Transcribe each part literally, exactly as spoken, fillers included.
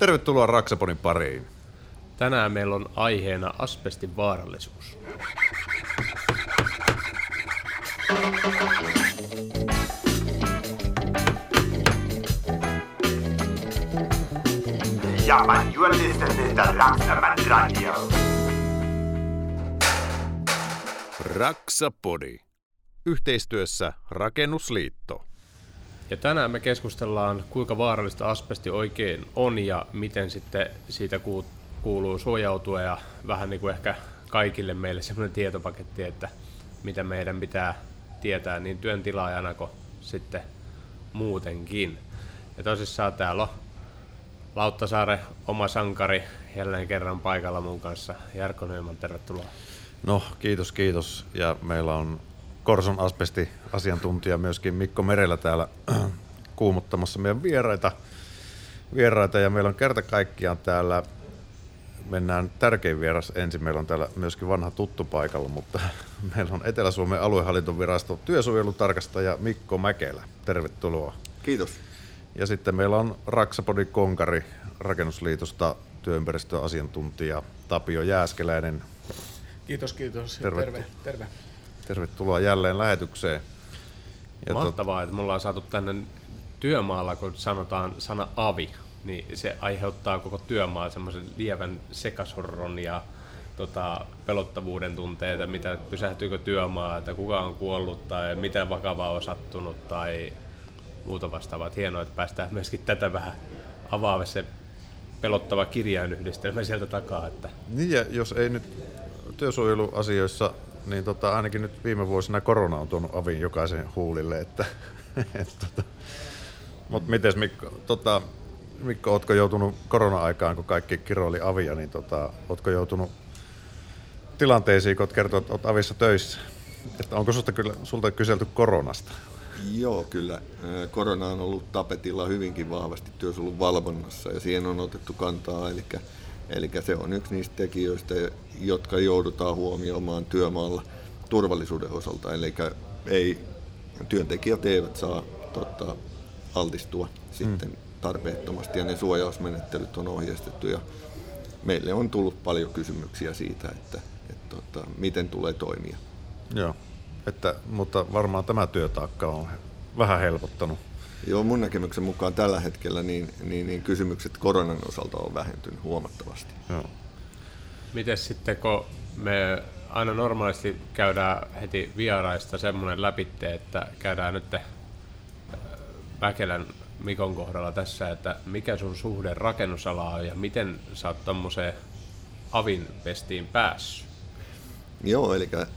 Tervetuloa Raksaponin pariin. Tänään meillä on aiheena asbestin vaarallisuus. Ja man, you are listening to Raksaman Radio. Raksapodi. Yhteistyössä Rakennusliitto. Ja tänään me keskustellaan, kuinka vaarallista asbesti oikein on ja miten sitten siitä kuuluu suojautua ja vähän niin kuin ehkä kaikille meille semmoinen tietopaketti, että mitä meidän pitää tietää niin työn tilaajana kuin sitten muutenkin. Ja tosissaan täällä on Lauttasaaren oma sankari jälleen kerran paikalla mun kanssa. Jarkko Nyman, tervetuloa. No, kiitos, kiitos. Ja meillä on Korson asbesti-asiantuntija myöskin Mikko Merellä täällä kuumuttamassa meidän vieraita. vieraita. Ja meillä on kerta kaikkiaan täällä, mennään tärkein vieras ensin, meillä on täällä myöskin vanha tuttu paikalla, mutta meillä on Etelä-Suomen aluehallintoviraston työsuojelutarkastaja Mikko Mäkelä. Tervetuloa. Kiitos. Ja sitten meillä on Raksapodin konkari Rakennusliitosta työympäristöasiantuntija Tapio Jääskeläinen. Kiitos, kiitos. Terve. Terve, terve. Tervetuloa jälleen lähetykseen. Ja mahtavaa, tot... että me ollaan saatu tänne työmaalla, kun sanotaan sana avi, niin se aiheuttaa koko työmaa semmoisen lievän sekasorron ja tota, pelottavuuden tunteita, mitä pysähtyykö työmaa, että kuka on kuollut tai mitä vakavaa on sattunut tai muuta vastaavaa. Hienoa, että päästään myöskin tätä vähän avaamaan se pelottava kirjainyhdistelmä sieltä takaa. Että... Niin ja jos ei nyt työsuojeluasioissa, niin tota, ainakin nyt viime vuosina korona on tuonut avin jokaisen huulille. Että, et, tota. Mutta mites Mikko, tota, Mikko, ootko joutunut korona-aikaan, kun kaikki kiroili avia, niin tota, ootko joutunut tilanteisiin, kun oot kertonut, että oot avissa töissä? Että onko susta kyllä, sulta kyselty koronasta? Joo, kyllä. Korona on ollut tapetilla hyvinkin vahvasti työsuojelun valvonnassa ja siihen on otettu kantaa. Eli, eli se on yksi niistä tekijöistä, jotka joudutaan huomioimaan työmaalla turvallisuuden osalta. Eli ei, työntekijät eivät saa tota, altistua sitten hmm. tarpeettomasti ja ne suojausmenettelyt on ohjeistettu. Ja meille on tullut paljon kysymyksiä siitä, että, että, että miten tulee toimia. Joo. Että, mutta varmaan tämä työtaakka on vähän helpottanut. Joo, mun näkemyksen mukaan tällä hetkellä niin, niin, niin kysymykset koronan osalta on vähentynyt huomattavasti. Joo. Mites sitten, kun me aina normaalisti käydään heti vieraista semmoinen läpitte, että käydään nyt Mäkelän Mikon kohdalla tässä, että mikä sun suhde rakennusalaa on ja miten sä oot tommoseen avin pestiin päässyt? Joo, eli äh,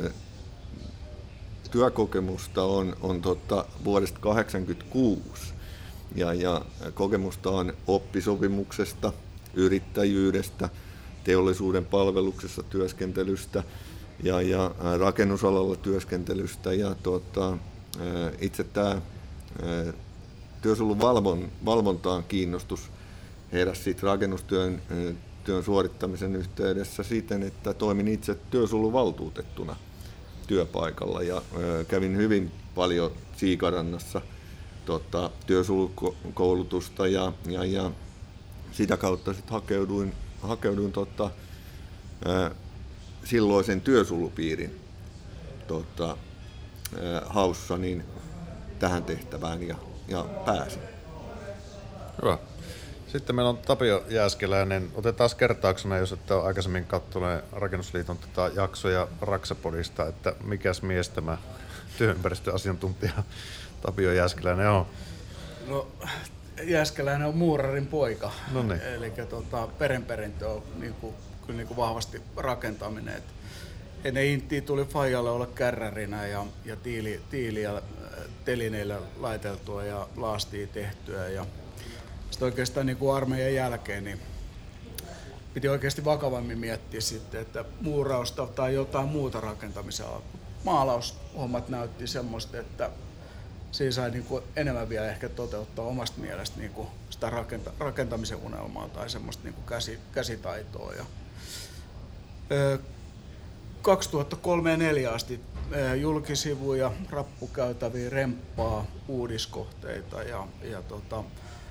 työkokemusta on, on totta vuodesta kahdeksankymmentäkuusi ja, ja kokemusta on oppisopimuksesta, yrittäjyydestä, teollisuuden palveluksessa työskentelystä ja, ja rakennusalalla työskentelystä ja tota, itse tämä työsuojelun valvon, valvontaan kiinnostus heräsi siitä rakennustyön työn suorittamisen yhteydessä siten, että toimin itse työsuojeluvaltuutettuna työpaikalla ja ö, kävin hyvin paljon Siikarannassa tota, työsuojelukoulutusta ja, ja, ja sitä kautta sit hakeuduin, hakeuduin tota, ö, silloisen työsuojelupiirin tota, ö, haussa niin tähän tehtävään ja, ja pääsin. Hyvä. Sitten meillä on Tapio Jääskeläinen. Otetaan kertauksena, jos ette ole aikaisemmin katsoneet Rakennusliiton tätä jaksoja Raksapodista, että mikäs mies tämä työympäristöasiantuntija Tapio Jääskeläinen on? No, Jääskeläinen on muurarin poika. Noniin. Eli tota, perenperintö on niin kuin, kyllä niin kuin vahvasti rakentaminen. Et ennen Inttiä tuli faijalle olla kärrärinä ja, ja tiili, tiiliä telineillä laiteltua ja laastia tehtyä. Ja sitten oikeastaan niin kuin armeijan jälkeen niin piti oikeasti vakavammin miettiä sitten, että muurausta tai jotain muuta rakentamisen alaa. Maalaushommat näytti semmoista, että siinä sai niin kuin enemmän vielä ehkä toteuttaa omasta mielestä niin kuin sitä rakenta, rakentamisen unelmaa tai semmoista niin kuin käsi, käsitaitoa. Ja, ö, kaksituhattakolme ja kaksituhattaneljä asti ö, julkisivuja, rappukäytäviä, remppaa, uudiskohteita ja, ja tota,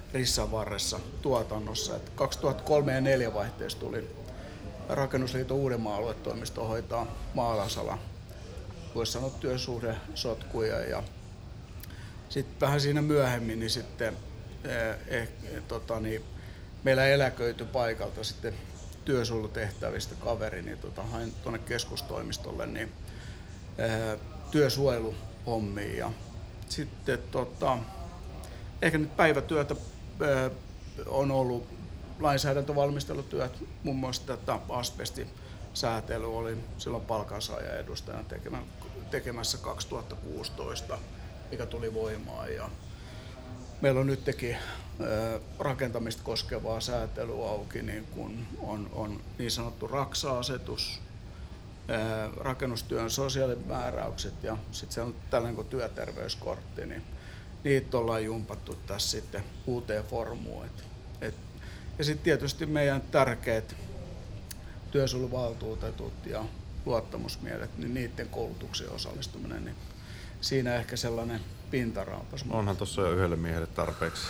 rissan varressa tuotannossa. Et kaksituhattakolme ja kaksituhattaneljä vaihteessa tuli Rakennusliiton Uudenmaan aluetoimisto hoitaa maalaisala, voisi sanoa työsuhdesotkuja, ja sitten vähän siinä myöhemmin niin sitten eh, eh, tota, niin, meillä eläköityi paikalta sitten työsuojelutehtävistä kaveri, niin tota, hain tuonne keskustoimistolle niin, eh, työsuojeluhommiin, ja sitten tota, ehkä nyt päivätyötä eh, on ollut lainsäädäntövalmistelutyöt, muun muassa tätä asbestisäätely oli silloin palkansaajan edustajana tekemässä kaksituhattakuusitoista, mikä tuli voimaan. Ja meillä on nyt teki rakentamista koskevaa säätelyä auki, niin kun on, on niin sanottu raksa-asetus, rakennustyön sosiaalimääräykset ja sitten se on tällainen kuin työterveyskortti, niin niitä ollaan jumpattu tässä sitten uuteen formuun. Et, et, ja sitten tietysti meidän tärkeät työsuojeluvaltuutetut ja luottamusmiehet, niin niiden koulutukseen osallistuminen, niin siinä ehkä sellainen pintaraapas. Onhan tuossa jo yhdelle miehelle tarpeeksi.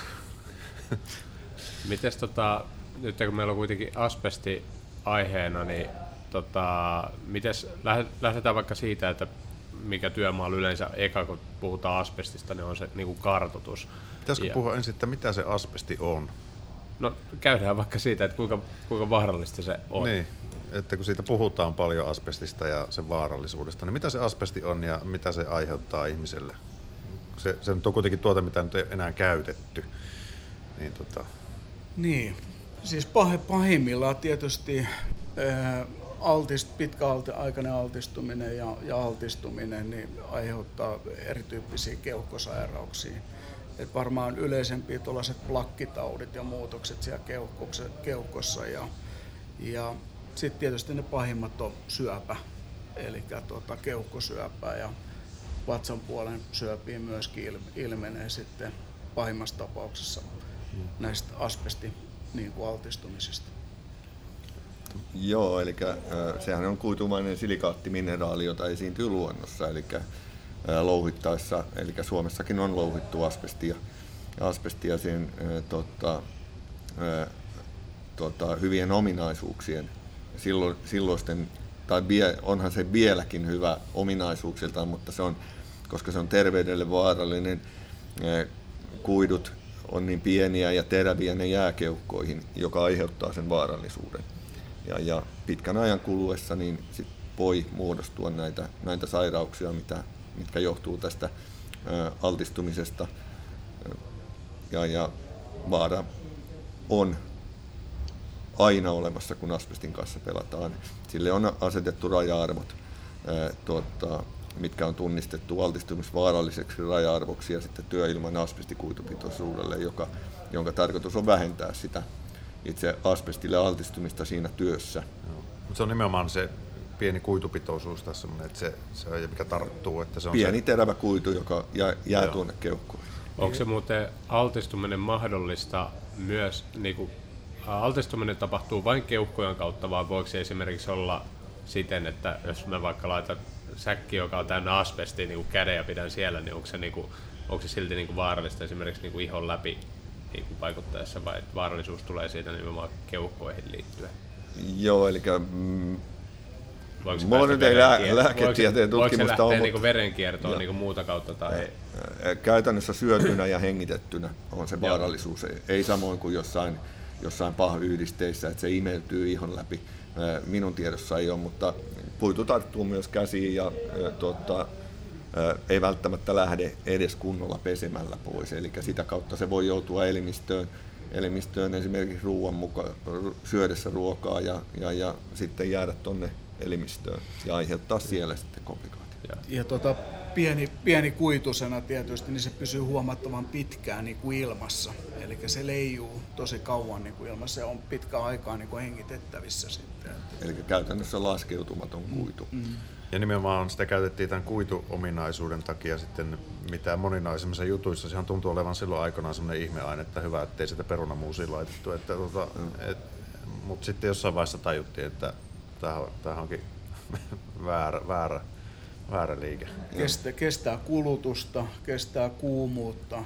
Mites tota, nyt kun meillä on kuitenkin asbesti aiheena, niin tota, mites, lähdetään vaikka siitä, että mikä työmaalla yleensä eka, kun puhutaan asbestista, niin on se niin kuin kartoitus. Pitäisikö ja puhua ensin, että mitä se asbesti on? No käydään vaikka siitä, että kuinka, kuinka vaarallista se on. Niin, että kun siitä puhutaan paljon asbestista ja sen vaarallisuudesta, niin mitä se asbesti on ja mitä se aiheuttaa ihmiselle? Se, se on kuitenkin tuote, mitä nyt ei enää käytetty. Niin, tota. niin siis pah, pahimmillaan tietysti ää, altist, pitkäaikainen altistuminen ja, ja altistuminen niin aiheuttaa erityyppisiä keuhkosairauksia. Et varmaan yleisempiä tuollaiset plakkitaudit ja muutokset siellä keuhkossa. Ja, ja sitten tietysti ne pahimmat on syöpä, eli tuota, keuhkosyöpä ja vatsan puolen syöpiä myöskin ilmenee sitten pahimmassa tapauksessa näistä asbesti niin kuin altistumisista. Joo, eli äh, sehän on kuitumainen silikaattimineraali, jota esiintyy luonnossa, eli äh, louhittaessa, eli Suomessakin on louhittu asbestia, asbestia sen äh, tota, äh, tota, hyvien ominaisuuksien, silloin, silloisten, tai vie, onhan se vieläkin hyvä ominaisuuksiltaan, mutta se on, koska se on terveydelle vaarallinen, äh, kuidut on niin pieniä ja teräviä ne jääkeuhkoihin, joka aiheuttaa sen vaarallisuuden. Ja, ja pitkän ajan kuluessa niin sit voi muodostua näitä, näitä sairauksia, mitä, mitkä johtuu tästä ä, altistumisesta. Ja, ja vaara on aina olemassa, kun asbestin kanssa pelataan. Sille on asetettu raja-arvot, ä, tuota, mitkä on tunnistettu altistumisvaaralliseksi raja-arvoksi ja sitten työilman asbestikuitupitoisuudelle, joka, jonka tarkoitus on vähentää sitä itse asbestille altistumista siinä työssä. Joo. Se on nimenomaan se pieni kuitupitoisuus tässä, että se, se on mikä tarttuu. Että se on pieni se terävä kuitu, joka jää, jää tuonne keuhkoihin. Onko se muuten altistuminen mahdollista myös, niin kuin, altistuminen tapahtuu vain keuhkojen kautta, vai voiko se esimerkiksi olla siten, että jos mä vaikka laitan säkki, joka on täynnä asbestia niin käden ja pidän siellä, niin onko se, niin kuin, onko se silti niin kuin vaarallista esimerkiksi niin kuin ihon läpi niin kuin vaikuttaessa, vai vaarallisuus tulee siitä nimenomaan keuhkoihin liittyen? Joo, eli mm, mulla nyt ei lää, lääketieteen tutkimusta ole, mutta niin verenkiertoon niin muuta kautta? Tai käytännössä syötynä ja hengitettynä on se vaarallisuus. Ei, ei samoin kuin jossain, jossain paha-yhdisteissä, että se imeytyy ihon läpi. Minun tiedossa ei ole, mutta kuitu tarttuu myös käsiin ja tuota, ei välttämättä lähde edes kunnolla pesemällä pois. Eli sitä kautta se voi joutua elimistöön, elimistöön esimerkiksi ruoan mukaan, syödessä ruokaa ja, ja, ja sitten jäädä tuonne elimistöön ja aiheuttaa siellä sitten komplikaatioita. Ja tuota, pieni, pieni kuitusena tietysti, niin se pysyy huomattavan pitkään niin kuin ilmassa. Eli se leijuu tosi kauan niin kuin ilmassa ja on pitkä aikaa niin kuin hengitettävissä sitten. Eli käytännössä laskeutumaton kuitu. Mm. Ja nimenomaan sitä käytettiin tämän kuituominaisuuden takia sitten mitä moninaisemmissa jutuissa. Sehän tuntuu olevan silloin aikanaan semmoinen ihmeaine, että hyvä, ettei sitä perunamuusia laitettu. Että, tota, et, mutta sitten jossain vaiheessa tajuttiin, että tämähän onkin väärä, väärä, väärä liike. Kestää, kestää kulutusta, kestää kuumuutta.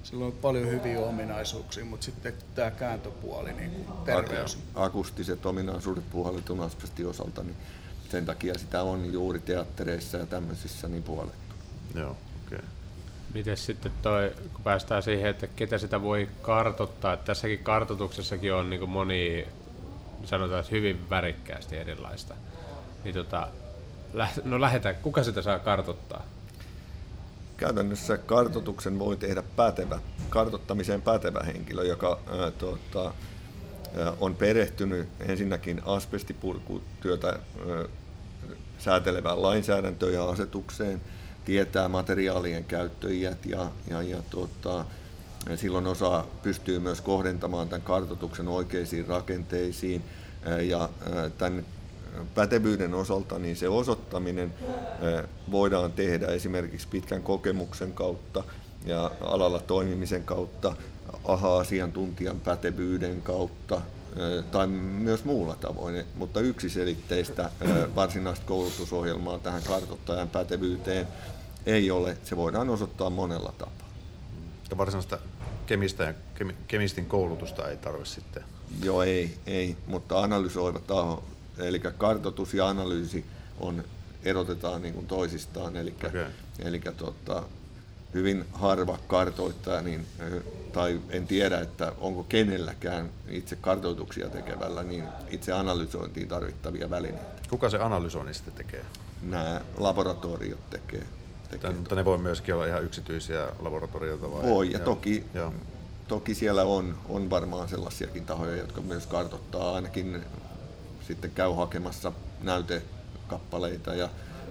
sillä on paljon hyviä ominaisuuksia, mutta sitten tämä kääntöpuoli, niin kuin terveys. Akustiset ominaisuudet puhallitun asbestin osalta, niin sen takia sitä on juuri teattereissa ja tämmöisissä niin puolettu. Joo, okei. Okay. Miten sitten toi, kun päästään siihen, että ketä sitä voi kartoittaa, että tässäkin kartoituksessakin on niin kuin moni, sanotaan, että hyvin värikkäästi erilaista. Niin tota, no lähdetään, kuka sitä saa kartoittaa? Käytännössä kartoituksen voi tehdä pätevä, kartoittamiseen pätevä henkilö, joka ää, tuota, ää, on perehtynyt ensinnäkin asbestipurkutyötä ää, säätelevään lainsäädäntöön ja asetukseen, tietää materiaalien käyttöiät ja, ja, ja tuota, silloin osaa pystyy myös kohdentamaan tämän kartoituksen oikeisiin rakenteisiin ää, ja ää, tämän pätevyyden osalta niin se osoittaminen voidaan tehdä esimerkiksi pitkän kokemuksen kautta ja alalla toimimisen kautta, A H A-asiantuntijan pätevyyden kautta tai myös muulla tavoin, mutta yksiselitteistä varsinaista koulutusohjelmaa tähän kartoittajan pätevyyteen ei ole, se voidaan osoittaa monella tapaa. Ja varsinaista kemistä ja kemistin koulutusta ei tarvitse sitten? Joo, ei, ei, mutta analysoiva taho. Eli kartoitus ja analyysi on, erotetaan niin kuin toisistaan, eli, okay. eli tota, hyvin harva kartoittaja, niin, tai en tiedä, että onko kenelläkään itse kartoituksia tekevällä, niin itse analysointiin tarvittavia välineitä. Kuka se analysoinnin sitten tekee? Nämä laboratoriot tekee. tekee mutta ne voi myöskin olla ihan yksityisiä laboratorioita vai? Voi, ja toki, toki siellä on, on varmaan sellaisiakin tahoja, jotka myös kartoittaa ainakin sitten käy hakemassa näytekappaleita ja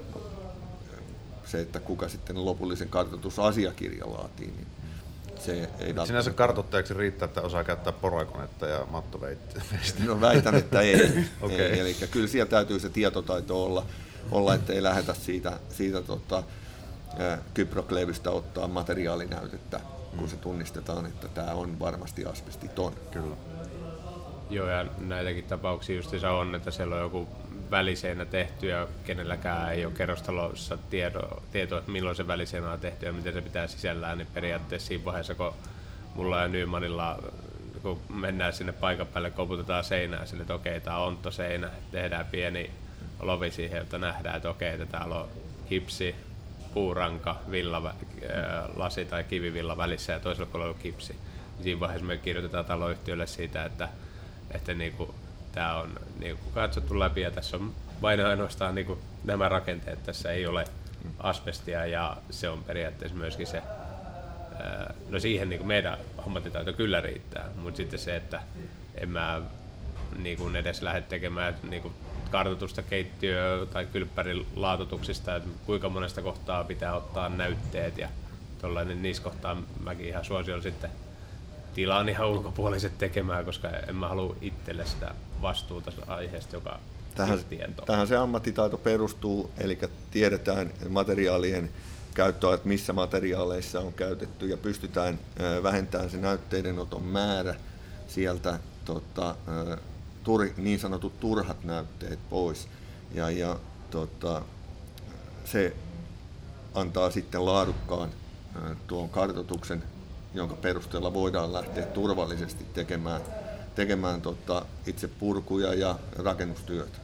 se, että kuka sitten lopullisen kartoitusasiakirjan laatii, niin se ei välttämättä. Sinänsä kartoittajaksi riittää, että osaa käyttää porakonetta ja mattoveittiä. No väitän, että ei. Okay. ei. Eli kyllä siellä täytyy se tietotaito olla, olla ettei lähdetä siitä, siitä tota, kyproklevystä ottaa materiaalinäytettä, kun mm. se tunnistetaan, että tämä on varmasti asbestiton. Kyllä. Joo, ja näitäkin tapauksia justiinsa on, että siellä on joku väliseinä tehty ja kenelläkään ei ole kerrostalossa tietoa, tietoa, että milloin se väliseinä on tehty ja miten se pitää sisällään, niin periaatteessa siinä vaiheessa, kun mulla ja Nymanilla, kun mennään sinne paikan päälle, koputetaan seinää sille, että okei, tämä on onttoseinä, tehdään pieni lovi siihen, jotta nähdään, että okei, että täällä on kipsi, puuranka, villa, lasi tai kivivilla välissä ja toisella puolella on kipsi. Siinä vaiheessa me kirjoitetaan taloyhtiölle siitä, että että niinku, tämä on niinku katsottu läpi ja tässä on vain ainoastaan niinku nämä rakenteet, tässä ei ole asbestia ja se on periaatteessa myöskin se, ää, no siihen niinku meidän ammattitaito kyllä riittää, mutta sitten se, että en mä niinku edes lähde tekemään niinku kartoitusta keittiö- tai kylppärin laatotuksista, että kuinka monesta kohtaa pitää ottaa näytteet ja tollainen niissä kohtaa mäkin ihan suosiolla sitten tilaan ihan ulkopuoliset tekemään, koska en mä halua itselle sitä vastuuta aiheesta, joka tähän, tietoa. Tähän se ammattitaito perustuu, eli tiedetään materiaalien käyttöajat, missä materiaaleissa on käytetty ja pystytään vähentämään se näytteidenoton määrä sieltä tota, tur, niin sanotut turhat näytteet pois. Ja, ja tota, se antaa sitten laadukkaan tuon kartoituksen, jonka perusteella voidaan lähteä turvallisesti tekemään, tekemään tota, itse purkuja ja rakennustyötä.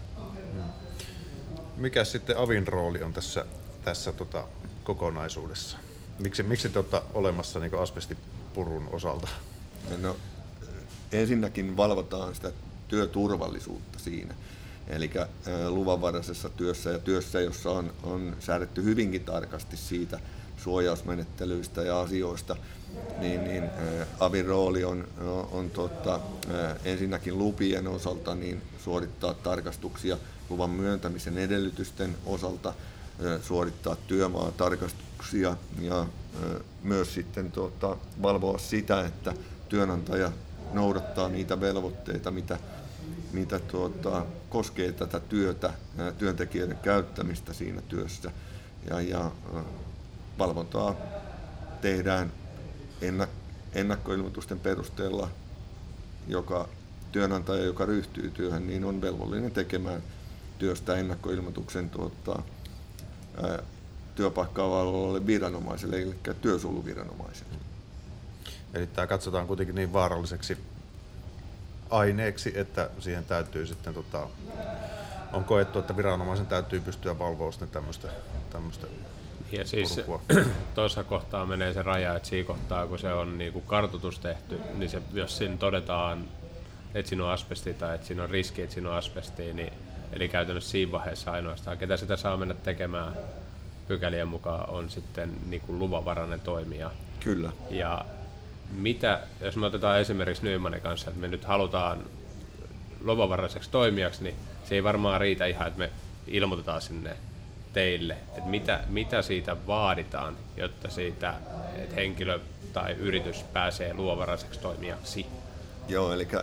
Mikä sitten Avin rooli on tässä, tässä tota, kokonaisuudessa? Miksi, miksi te olette olemassa niin kuin asbestipurun osalta? No, ensinnäkin valvotaan sitä työturvallisuutta siinä. Eli luvanvaraisessa työssä ja työssä, jossa on, on säädetty hyvinkin tarkasti siitä suojausmenettelyistä ja asioista, niin, niin ä, Avin rooli on, on, on tota, ä, ensinnäkin lupien osalta niin suorittaa tarkastuksia luvan myöntämisen edellytysten osalta, ä, suorittaa työmaatarkastuksia ja ä, myös sitten tota, valvoa sitä, että työnantaja noudattaa niitä velvoitteita, mitä, mitä tuota, koskee tätä työtä, ä, työntekijöiden käyttämistä siinä työssä. Ja, ja ä, valvontaa tehdään ennakkoilmoitusten perusteella, joka työnantaja, joka ryhtyy työhön, niin on velvollinen tekemään työstä ennakkoilmoituksen tuota, ää, työpaikkaa valvovalle viranomaiselle, eli työsuojeluviranomaiselle. Eli tämä katsotaan kuitenkin niin vaaralliseksi aineeksi, että siihen täytyy sitten, tota, on koettu, että viranomaisen täytyy pystyä valvoa sitten tämmöistä, tämmöistä ja siis tuossa kohtaa menee se raja, että siinä kohtaa, kun se on niinku kartoitus tehty, niin se, jos siinä todetaan, että siinä on asbestia tai että siinä on riski, että siinä on asbestia, niin eli käytännössä siinä vaiheessa ainoastaan, ketä sitä saa mennä tekemään pykälien mukaan, on sitten niinku luvanvarainen toimija. Kyllä. Ja mitä, jos me otetaan esimerkiksi Nymanin kanssa, että me nyt halutaan luvanvaraiseksi toimijaksi, niin se ei varmaan riitä ihan, että me ilmoitetaan sinne teille, että mitä, mitä siitä vaaditaan, jotta siitä, että henkilö tai yritys pääsee luvanvaraiseksi toimijaksi. Joo, eli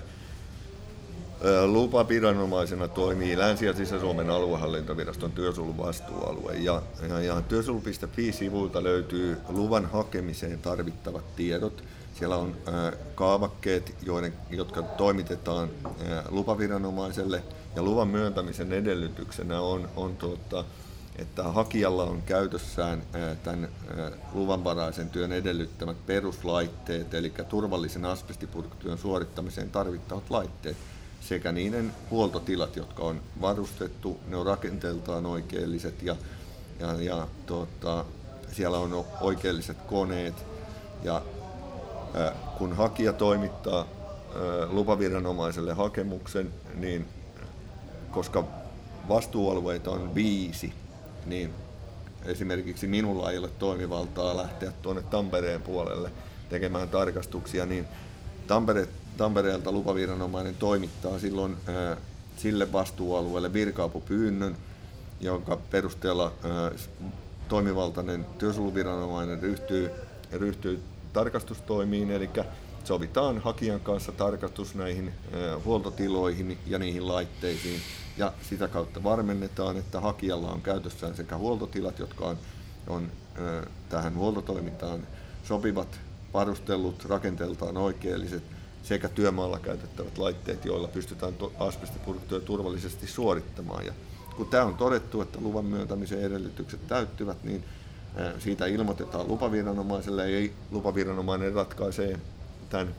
lupaviranomaisena toimii Länsi- ja Sisä-Suomen aluehallintoviraston työsuojeluvastuualue. Ja, ja, ja työsuojelu piste fi-sivuilta löytyy luvan hakemiseen tarvittavat tiedot. Siellä on ä, kaavakkeet, joiden, jotka toimitetaan ä, lupaviranomaiselle. Ja luvan myöntämisen edellytyksenä on, on tuota, että hakijalla on käytössään ä, tämän ä, luvanvaraisen työn edellyttämät peruslaitteet, eli turvallisen asbestipurkutyön suorittamiseen tarvittavat laitteet, sekä niiden huoltotilat, jotka on varustettu, ne on rakenteeltaan oikeelliset ja, ja, ja tuota, siellä on oikeelliset koneet. Ja ä, kun hakija toimittaa ä, lupaviranomaiselle hakemuksen, niin koska vastuualueita on viisi, niin esimerkiksi minulla ei ole toimivaltaa lähteä tuonne Tampereen puolelle tekemään tarkastuksia, niin Tampere, Tampereelta lupaviranomainen toimittaa silloin ää, sille vastuualueelle virka-apupyynnön, jonka perusteella ää, toimivaltainen työsuojeluviranomainen ryhtyy, ryhtyy tarkastustoimiin, eli sovitaan hakijan kanssa tarkastus näihin ää, huoltotiloihin ja niihin laitteisiin, ja sitä kautta varmennetaan, että hakijalla on käytössään sekä huoltotilat, jotka on, on ää, tähän huoltotoimintaan sopivat, varustellut, rakenteeltaan oikeelliset, sekä työmaalla käytettävät laitteet, joilla pystytään asbestipurkutyö turvallisesti suorittamaan. Ja kun tämä on todettu, että luvan myöntämisen edellytykset täyttyvät, niin siitä ilmoitetaan lupaviranomaiselle, ja lupaviranomainen ratkaisee tämän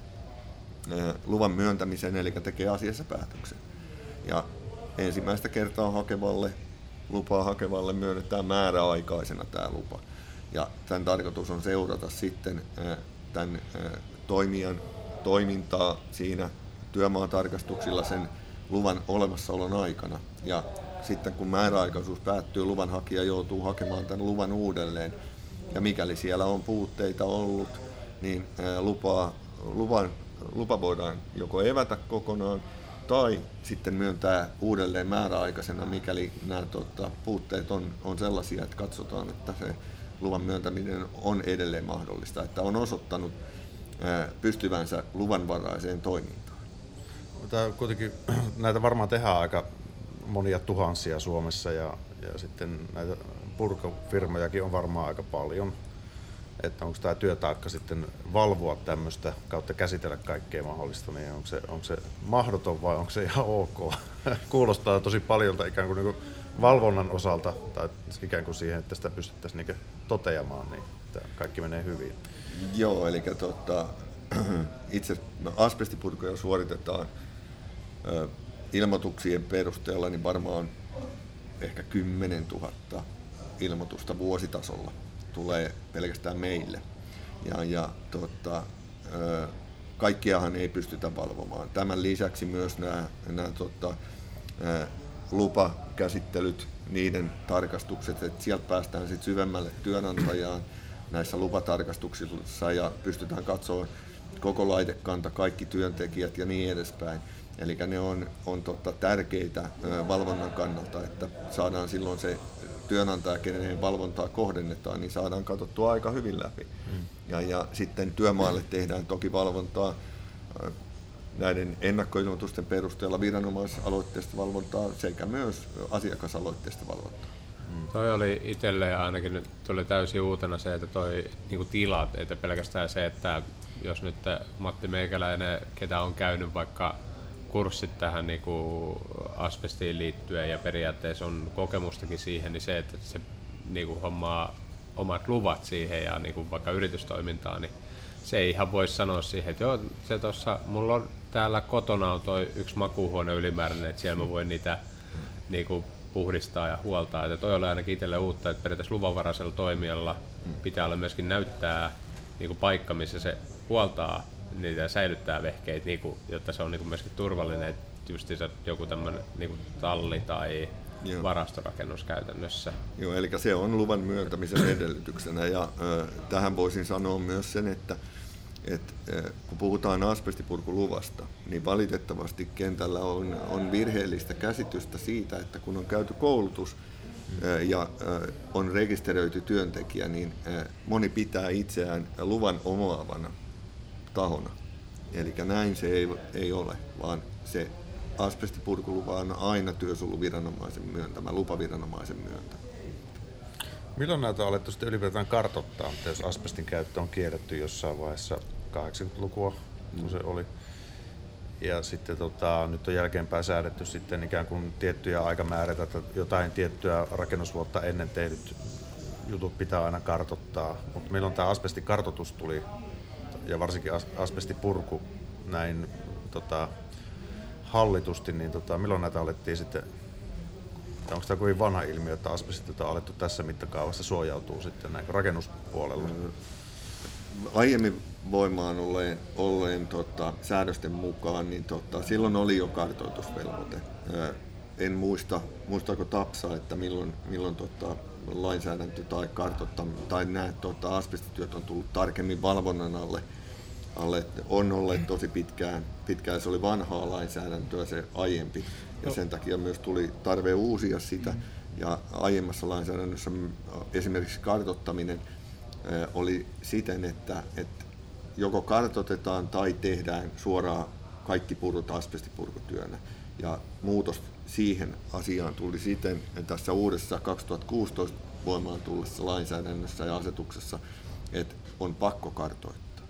luvan myöntämisen, eli tekee asiassa päätöksen. Ja ensimmäistä kertaa hakevalle, lupaa hakevalle myönnetään määräaikaisena tämä lupa. Ja tämän tarkoitus on seurata sitten tämän toimijan toimintaa siinä työmaatarkastuksilla sen luvan olemassaolon aikana. Ja sitten kun määräaikaisuus päättyy, luvan hakija joutuu hakemaan tämän luvan uudelleen. Ja mikäli siellä on puutteita ollut, niin lupaa, luvan, lupa voidaan joko evätä kokonaan tai sitten myöntää uudelleen määräaikaisena, mikäli nämä tota, puutteet on, on sellaisia, että katsotaan, että se luvan myöntäminen on edelleen mahdollista, että on osoittanut pystyvänsä luvanvaraiseen toimintaan. Tämä kuitenkin, näitä varmaan tehdään aika monia tuhansia Suomessa ja, ja sitten näitä purkufirmojakin on varmaan aika paljon. Että onko tämä työtaakka sitten valvoa tämmöistä kautta käsitellä kaikkea mahdollista, niin onko se, onko se mahdoton vai onko se ihan ok? Kuulostaa tosi paljolta ikään kuin, niin kuin valvonnan osalta tai ikään kuin siihen, että sitä pystyttäisiin niin toteamaan, niin että kaikki menee hyvin. Joo, eli tota, itse no, asbestipurkuja suoritetaan ö, ilmoituksien perusteella niin varmaan ehkä kymmenen tuhatta ilmoitusta vuositasolla tulee pelkästään meille. Ja, ja tota, ö, kaikkiahan ei pystytä valvomaan. Tämän lisäksi myös nämä, nämä tota, ö, lupakäsittelyt, niiden tarkastukset, että sieltä päästään sit syvemmälle työnantajaan näissä lupatarkastuksissa ja pystytään katsoa koko laitekanta, kaikki työntekijät ja niin edespäin. Eli ne on, on totta, tärkeitä ö, valvonnan kannalta, että saadaan silloin se työnantaja, kenen valvontaa kohdennetaan, niin saadaan katsottua aika hyvin läpi. Mm. Ja, ja sitten työmaalle tehdään toki valvontaa ö, näiden ennakkoilmoitusten perusteella viranomaisaloitteista valvontaa sekä myös asiakasaloitteista valvontaa. Mm. Toi oli itselle ainakin nyt tuli täysin uutena se, että toi niinku tilat, että pelkästään se, että jos nyt Matti Meikäläinen, ketä on käynyt vaikka kurssit tähän niinku asbestiin liittyen ja periaatteessa on kokemustakin siihen, niin se, että se niinku hommaa omat luvat siihen ja niinku vaikka yritystoimintaan, niin se ei ihan voi sanoa siihen, että joo, se tossa, mulla on täällä kotona on toi yksi makuuhuone ylimääräinen, että siellä mä voin niitä niinku puhdistaa ja huoltaa. Että toi oli ainakin itselle uutta, että periaatteessa luvanvaraisella toimijalla pitää olla myöskin näyttää niinku paikka, missä se huoltaa niitä ja säilyttää vehkeitä, niinku, jotta se on niinku myöskin turvallinen, että justiinsa joku tämmöinen niinku talli tai Joo. varastorakennus käytännössä. Joo, eli se on luvan myöntämisen edellytyksenä ja ö, tähän voisin sanoa myös sen, että et, ö, kun puhutaan asbestipurkuluvasta, niin valitettavasti kentällä on, on virheellistä käsitystä siitä, että kun on käyty koulutus ö, ja ö, on rekisteröity työntekijä, niin ö, moni pitää itseään luvan omaavana tahona. Eli näin se ei, ei ole, vaan se asbestipurkuluva on aina työsuojeluviranomaisen myöntämä, lupaviranomaisen myöntämä. Milloin näitä on alettu sitten ylipäätään kartoittaa, että jos asbestin käyttö on kielletty jossain vaiheessa kahdeksankymmentälukua, kun mm. se oli. Ja sitten tota, nyt on jälkeenpäin säädetty sitten ikään kuin tiettyjä aikamääräitä, että jotain tiettyä rakennusvuotta ennen tehdyt jutut pitää aina kartoittaa. Mutta milloin tämä asbestikartoitus tuli, ja varsinkin as- asbestipurku näin tota, hallitusti, niin tota, milloin näitä alettiin sitten, onko tämä kovin vanha ilmiö, että asbestit on alettu tässä mittakaavassa suojautuu sitten näin rakennuspuolella? Aiemmin voimaan olleen, olleen tota, säädösten mukaan, niin tota, silloin oli jo kartoitusvelvoite. En muista, muistaako Tapsa, että milloin, milloin tota, lainsäädäntö tai kartoittaminen tai nämä tota, asbestityöt on tullut tarkemmin valvonnan alle. alle. On olleet tosi pitkään, pitkään, se oli vanhaa lainsäädäntöä se aiempi ja sen takia myös tuli tarve uusia sitä. Ja aiemmassa lainsäädännössä esimerkiksi kartoittaminen oli siten, että, että joko kartoitetaan tai tehdään suoraan kaikki purut asbestipurkutyönä. Ja muutos siihen asiaan tuli siten tässä uudessa kaksituhattakuusitoista voimaan tullessa lainsäädännössä ja asetuksessa, että on pakko kartoittaa.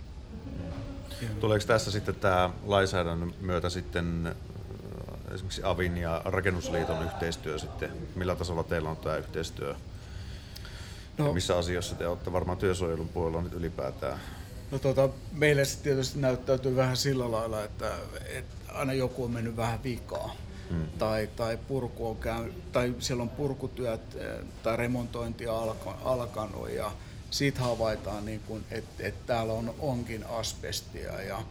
Tuleeko tässä sitten tämä lainsäädännön myötä sitten esimerkiksi Avin ja Rakennusliiton yhteistyö sitten? Millä tasolla teillä on tämä yhteistyö? No, ja missä asioissa te olette varmaan työsuojelun puolella nyt ylipäätään? No tota, meille se tietysti näyttäytyy vähän sillä lailla, että, että aina joku on mennyt vähän vikaa. Hmm. Tai, tai, purku on käy, tai siellä on purkutyöt tai remontointi alkanut ja siitä havaitaan, niin kuin, että, että täällä on, onkin asbestia. Ja,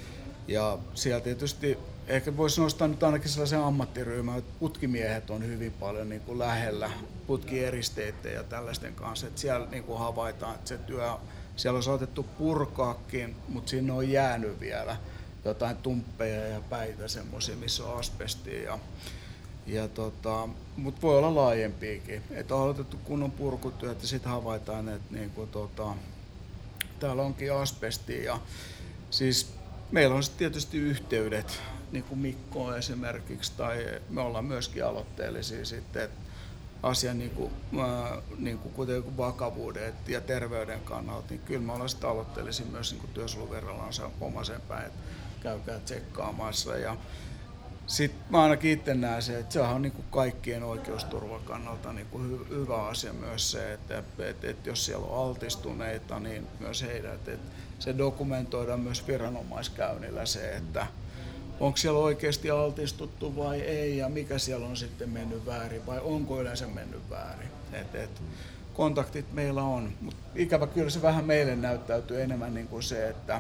ja siellä tietysti ehkä voisi nostaa nyt ainakin sellaisen ammattiryhmän, että putkimiehet on hyvin paljon niin kuin lähellä putkieristeiden ja tällaisten kanssa. Että siellä niin kuin havaitaan, että se työ, siellä on saatettu purkaakin, mutta sinne on jäänyt vielä jotain tumppeja ja päitä semmoisia, missä on asbestia. Ja, ja tota, mutta voi olla laajempiakin. Että on aloitettu kunnon purkutyöt ja sitten havaitaan, että niinku tota, täällä onkin asbestia. Ja siis meillä on sitten tietysti yhteydet, niin kuin Mikko esimerkiksi, tai me ollaan myöskin aloitteellisia sitten, että asian niin kuin, äh, niin kuin kuten vakavuuden ja terveyden kannalta, niin kyllä me ollaan sitten aloitteellisia myös niin työsuojeluvirralla omaisen päin, että käykää tsekkaamassa. Ja sitten mä ainakin itse näen se, että sehän on niin kuin kaikkien oikeusturvan kannalta niin kuin hy- hyvä asia myös se, että, että, että jos siellä on altistuneita, niin myös heidät, että, että se dokumentoidaan myös viranomaiskäynnillä se, että onko siellä oikeasti altistuttu vai ei ja mikä siellä on sitten mennyt väärin vai onko yleensä mennyt väärin. Et, et, kontaktit meillä on, mutta ikävä kyllä se vähän meille näyttäytyy enemmän niin kuin se, että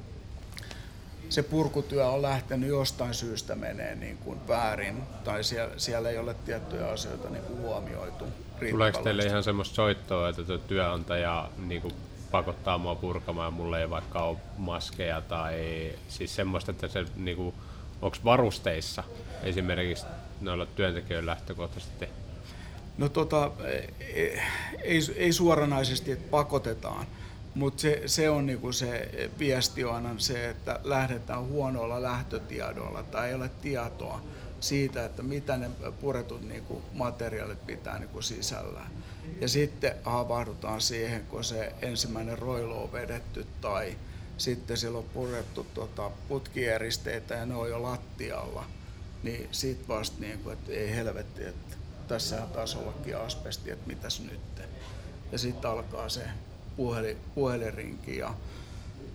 se purkutyö on lähtenyt jostain syystä menee niin kuin väärin tai siellä, siellä ei ole tiettyjä asioita niin kuin huomioitu. Tuleeko teille ihan semmoista soittoa, että tuo työnantaja niin kuin pakottaa mua purkamaan ja mulla ei vaikka ole maskeja tai siis semmoista, että se niinku, onko varusteissa esimerkiksi noilla työntekijöillä lähtökohtaisesti? No tota, ei, ei suoranaisesti, että pakotetaan, mutta se, se on niinku se viesti on aina se, että lähdetään huonoilla lähtötiedoilla tai ei ole tietoa siitä, että mitä ne puretut niinku materiaalit pitää niinku sisällään. Ja sitten havahdutaan siihen, kun se ensimmäinen roilo on vedetty tai sitten siellä on purettu tota, putkieristeitä ja ne on jo lattialla, niin sit vasta niin kuin, että ei helvetti, että tässähän taas ollakin asbesti, että mitäs nyt. Ja sitten alkaa se puhelin, puhelinrinki ja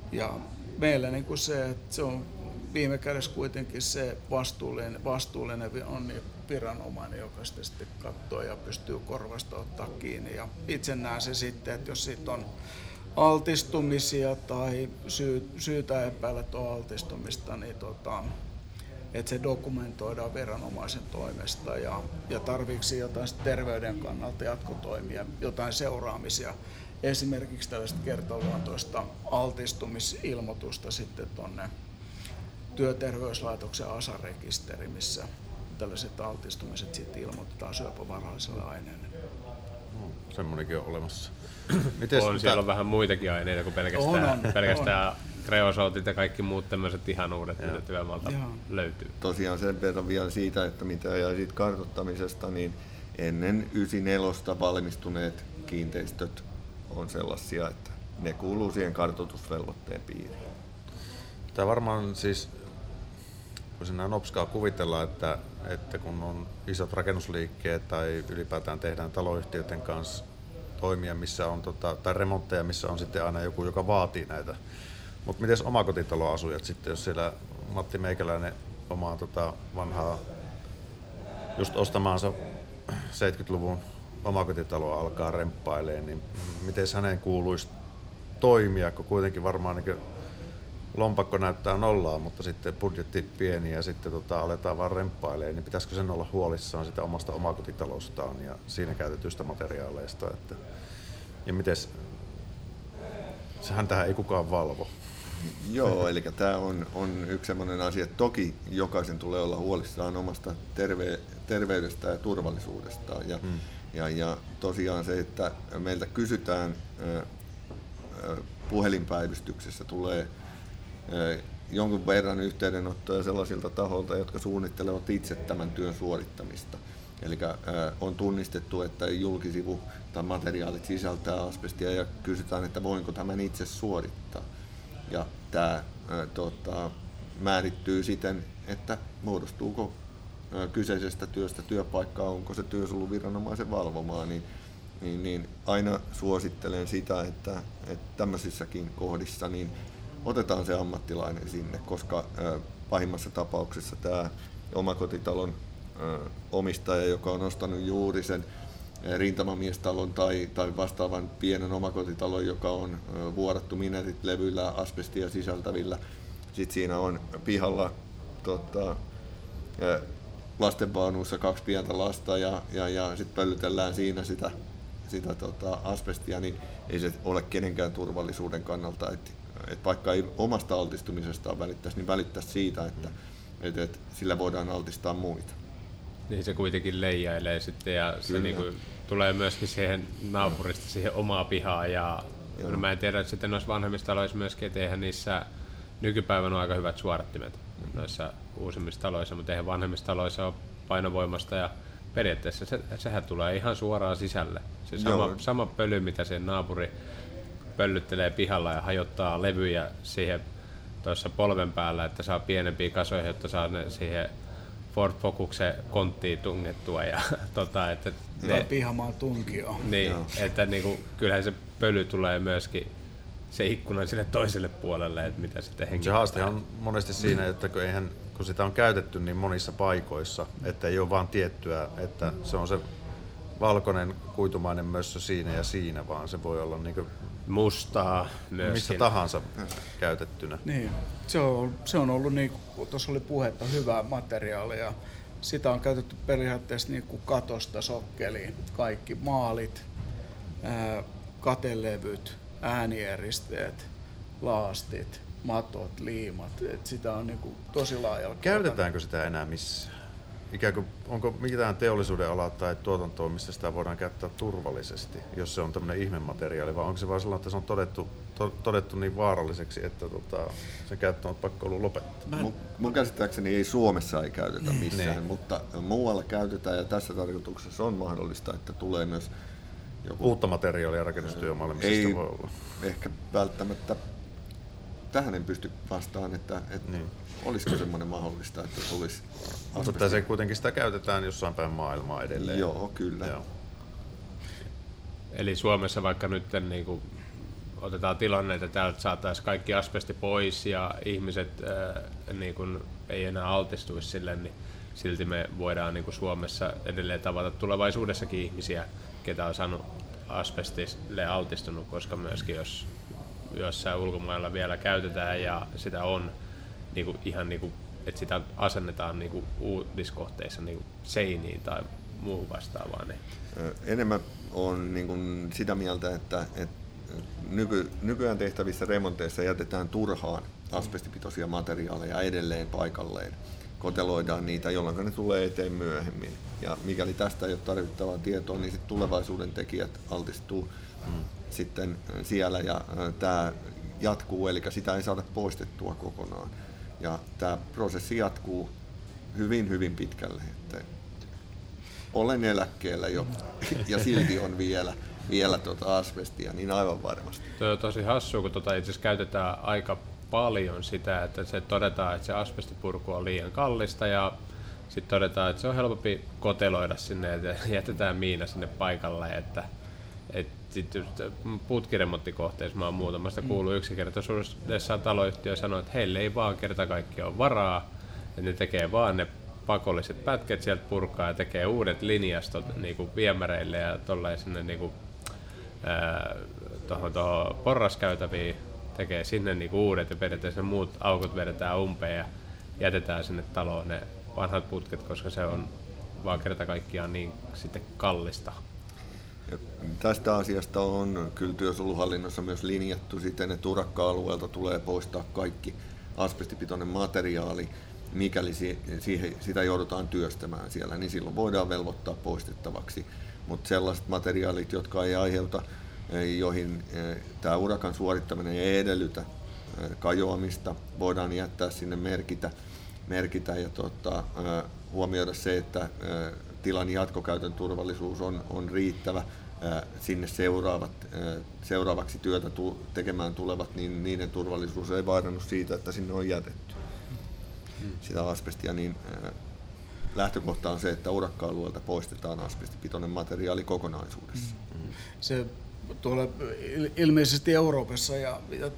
Ja meillä niin kuin se, että se on viime kädessä kuitenkin se vastuullinen, vastuullinen on niin viranomainen, joka sitä sitten katsoo ja pystyy korvasta ottaa kiinni. Ja itse näen se sitten, että jos siitä on altistumisia tai syy, syytä epäillä, että on altistumista, niin tota, että se dokumentoidaan viranomaisen toimesta ja, ja tarviksi jotain terveyden kannalta jatkotoimia, jotain seuraamisia. Esimerkiksi tällaista kertaluontoista altistumisilmoitusta sitten tuonne Työterveyslaitoksen A S A-rekisteri, missä tällaiset altistumiset sitten ilmoitetaan syöpävaraiselle aineelle. No, semmoinenkin on olemassa. Mites on, siellä on vähän muitakin aineita kuin pelkästään, on, on, pelkästään kreosootit ja kaikki muut tämmöiset ihanuudet, mitä työmaalta löytyy. Tosiaan sen verran vielä siitä, että mitä jäi siitä kartoittamisesta, niin ennen yhdeksänkymmentäneljä valmistuneet kiinteistöt on sellaisia, että ne kuuluu siihen kartoitusvelvoitteen piiriin. Tämä varmaan siis, kun sinä nopskaa kuvitella, että, että kun on isot rakennusliikkeet tai ylipäätään tehdään taloyhtiöiden kanssa toimia, missä on, tota, tai remontteja, missä on sitten aina joku, joka vaatii näitä. Mutta miten omakotitaloasujat sitten, jos siellä Matti Meikäläinen omaa tota, vanhaa just ostamaansa seitsemänkymmentäluvun omakotitaloa alkaa remppailemaan, niin miten hänen kuuluisi toimia, kun kuitenkin varmaan niin lompakko näyttää nollaa, mutta sitten budjetti pieni ja sitten tota, aletaan vaan remppailemaan, niin pitäisikö sen olla huolissaan sitä omasta omakotitalostaan ja siinä käytetyistä materiaaleista. Että, ja mites, sehän tähän ei kukaan valvo. Joo, eli tämä on, on yksi sellainen asia, että toki jokaisen tulee olla huolissaan omasta terve, terveydestä ja turvallisuudestaan. Ja, hmm. ja, ja tosiaan se, että meiltä kysytään äh, äh, puhelinpäivystyksessä tulee jonkun verran yhteydenottoja sellaisilta taholta, jotka suunnittelevat itse tämän työn suorittamista. Eli on tunnistettu, että julkisivu tai materiaalit sisältää asbestia ja kysytään, että voinko tämän itse suorittaa. Ja tämä tota, määrittyy siten, että muodostuuko kyseisestä työstä työpaikkaa, onko se työsuojeluviranomaisen valvomaa, niin, niin, niin aina suosittelen sitä, että, että tämmöisissäkin kohdissa niin otetaan se ammattilainen sinne, koska äh, pahimmassa tapauksessa tämä omakotitalon äh, omistaja, joka on ostanut juuri sen äh, rintamamiestalon tai, tai vastaavan pienen omakotitalon, joka on äh, vuorattu minerit levyillä asbestia sisältävillä. Sitten siinä on pihalla tota, äh, lastenvaunuissa kaksi pientä lasta ja, ja, ja sitten pöllytellään siinä sitä, sitä tota, asbestia, niin ei se ole kenenkään turvallisuuden kannalta. Et, Et vaikka ei omasta altistumisestaan välittäisi, niin välittäisi siitä, että et, et sillä voidaan altistaa muita. Niin se kuitenkin leijailee sitten ja se niinku tulee myöskin siihen naapurista siihen omaa pihaan. Ja no mä en tiedä, että sitten noissa vanhemmissa taloissa myöskin, että eihän niissä nykypäivänä on aika hyvät suodattimet noissa uusimmissa taloissa, mutta eihän vanhemmissa taloissa ole painovoimasta ja periaatteessa se, sehän tulee ihan suoraan sisälle. Se sama, sama pöly, mitä se naapuri pöllyttelee pihalla ja hajottaa levyjä siihen tuossa polven päällä, että saa pienempiä kasoja, jotta saa ne siihen Ford Focuksen konttiin tungettua. Ja, tota, että ne, pihamaan tunkio. Niin, että niinku, kyllähän se pöly tulee myöskin se ikkuna sille toiselle puolelle, että mitä sitten hengittää. Se haaste on monesti siinä, että kun, eihän, kun sitä on käytetty niin monissa paikoissa, että ei ole vaan tiettyä, että se on se valkoinen kuitumainen mössö siinä ja siinä, vaan se voi olla niinku mustaa myöskin. Missä tahansa käytettynä. Niin, se on, se on ollut, niin kuin tuossa oli puhetta, hyvää materiaalia. Sitä on käytetty periaatteessa niin kuin katosta sokkeliin. Kaikki maalit, ää, katelevyt, äänieristeet, laastit, matot, liimat. Et sitä on niin kuin tosi laajalla. Käytetäänkö sitä enää missään? Ikään kuin, onko mitään teollisuuden alaa tai tuotantoa, missä sitä voidaan käyttää turvallisesti, jos se on tämmöinen ihmemateriaali, vai onko se vain sellainen, että se on todettu, to, todettu niin vaaralliseksi, että tota, sen käyttö on pakko ollut lopettaa? Mun, mun käsittääkseni ei Suomessa ei käytetä missään, niin. Mutta muualla käytetään ja tässä tarkoituksessa on mahdollista, että tulee myös joku uutta materiaalia rakennustyömaailmassa voi olla. Ehkä välttämättä tähän en pysty vastaan, että, että niin. Olisiko semmoinen mahdollista, että tulisi asbestia. Mutta se kuitenkin sitä käytetään jossain päin maailmaa edelleen. Joo, kyllä. Joo. Eli Suomessa vaikka nyt niin kuin otetaan tilanne, että täältä saataisiin kaikki asbesti pois ja ihmiset ää, niin kun ei enää altistuisi sille, niin silti me voidaan niin kun Suomessa edelleen tavata tulevaisuudessakin ihmisiä, ketä on saanut asbestille altistunut, koska myöskin jos jossain ulkomailla vielä käytetään ja sitä on niin kun ihan niin kun, että sitä asennetaan niin kun uutiskohteissa niin kun seiniin tai muuhun vastaavaan. Enemmän on niin kuin sitä mieltä, että, että nyky, nykyään tehtävissä remonteissa jätetään turhaan asbestipitoisia materiaaleja edelleen paikalleen. Koteloidaan niitä, jolloin ne tulee eteen myöhemmin. Ja mikäli tästä ei ole tarvittavaa tietoa, niin sitten tulevaisuuden tekijät altistuu mm. sitten siellä ja tämä jatkuu, eli sitä ei saada poistettua kokonaan. Ja tämä prosessi jatkuu hyvin, hyvin pitkälle. Että olen eläkkeellä jo ja silti on vielä, vielä tuota asbestia, niin aivan varmasti. Tuo on tosi hassua, kun tuota itse asiassa käytetään aika paljon sitä, että se todetaan, että se asbestipurku on liian kallista ja sitten todetaan, että se on helpompi koteloida sinne ja jätetään miina sinne paikalle. Että, et sitten putkiremonttikohteissa mä oon muutamasta kuullut yksinkertaisuudessaan taloyhtiö sanoo, että heille ei vaan kerta kaikkiaan ole varaa, että ne tekee vaan ne pakolliset pätket sieltä purkaa ja tekee uudet linjastot niinku viemäreille ja tolleen sinne niinku, ää, tohon, tohon porraskäytäviin, tekee sinne niinku uudet ja periaatteessa muut aukot vedetään umpeen ja jätetään sinne taloon ne vanhat putket, koska se on vaan kerta kaikkiaan niin sitten kallista. Ja tästä asiasta on kyllä työsuojeluhallinnossa myös linjattu siten, että urakka-alueelta tulee poistaa kaikki asbestipitoinen materiaali. Mikäli siihen, sitä joudutaan työstämään siellä, niin silloin voidaan velvoittaa poistettavaksi. Mutta sellaiset materiaalit, jotka ei aiheuta, joihin tämä urakan suorittaminen ei edellytä kajoamista, voidaan jättää sinne merkitä, merkitä ja tota, huomioida se, että tilan jatkokäytön turvallisuus on, on riittävä. Sinne seuraavat, seuraavaksi työtä tekemään tulevat, niin niiden turvallisuus ei vaarannu siitä, että sinne on jätetty sitä asbestia, niin lähtökohta on se, että urakka-alueelta poistetaan asbestipitoinen materiaali kokonaisuudessa. Mm. Se tuolla ilmeisesti Euroopassa ja, ja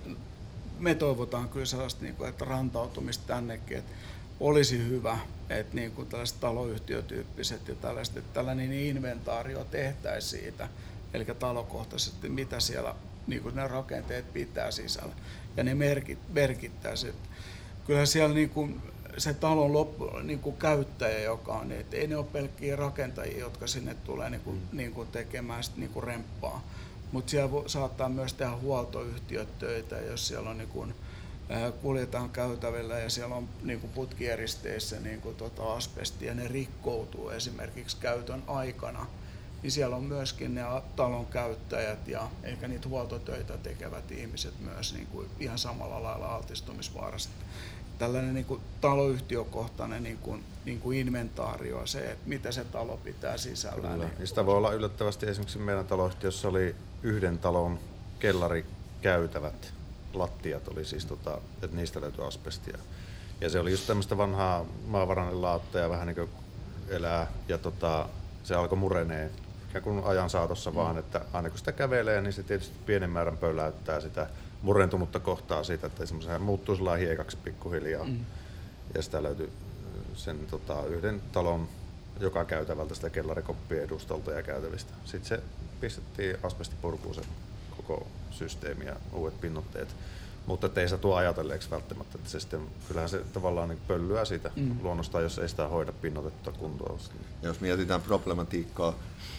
me toivotaan kyllä sellaista, että rantautumista tännekin, että olisi hyvä, että niin kuin tällaiset taloyhtiötyyppiset ja tällaiset, että tällainen inventaario tehtäisiin siitä, eli talokohtaisesti, mitä siellä niin kuin ne rakenteet pitää sisällä ja ne merkit, merkittäisiin. Kyllä siellä niin kuin se talon loppu, niin kuin käyttäjä, joka on, että ei ne ole pelkkiä rakentajia, jotka sinne tulee niin kuin, mm. niin kuin tekemään sit niin kuin remppaa. Mutta siellä saattaa myös tehdä huoltoyhtiöt töitä, jos siellä on niin kuin, äh, kuljetaan käytävillä ja siellä on niin kuin putkieristeissä niin kuin tota asbestia ja ne rikkoutuu esimerkiksi käytön aikana. Niin siellä on myöskin ne talon käyttäjät ja ehkä niitä huoltotöitä tekevät ihmiset myös niin kuin ihan samalla lailla altistumisvaarasta. Tällainen niin kuin taloyhtiökohtainen niin kuin, niin kuin inventaario, se, että mitä se talo pitää sisällään. Niin sitä voi olla yllättävästi. Esimerkiksi meidän taloyhtiössä oli yhden talon kellarikäytävät, lattiat oli siis, tota, että niistä löytyi asbestia. Ja se oli just tämmöistä vanhaa maavarainen laatta ja vähän niin kuin elää ja tota, se alkoi murenee ikään kuin ajan saatossa mm. vaan, että aina kun sitä kävelee, niin se tietysti pienen määrän pöläyttää sitä murentunutta kohtaa siitä, että se muuttuu sellainen hiekaksi pikkuhiljaa. Mm. Ja sitä löytyi sen tota, yhden talon joka käytävältä sitä kellarikoppien edustolta ja käytävistä. Sitten se pistettiin asbestipurkuun se koko systeemi ja uudet pinnotteet. Mutta ei sitä tuo ajatelleeksi välttämättä, että se sitten, kyllähän se tavallaan niin pöllyää siitä mm. luonnostaan, jos ei sitä hoida pinnotettua kuntoon. Jos mietitään problematiikkaa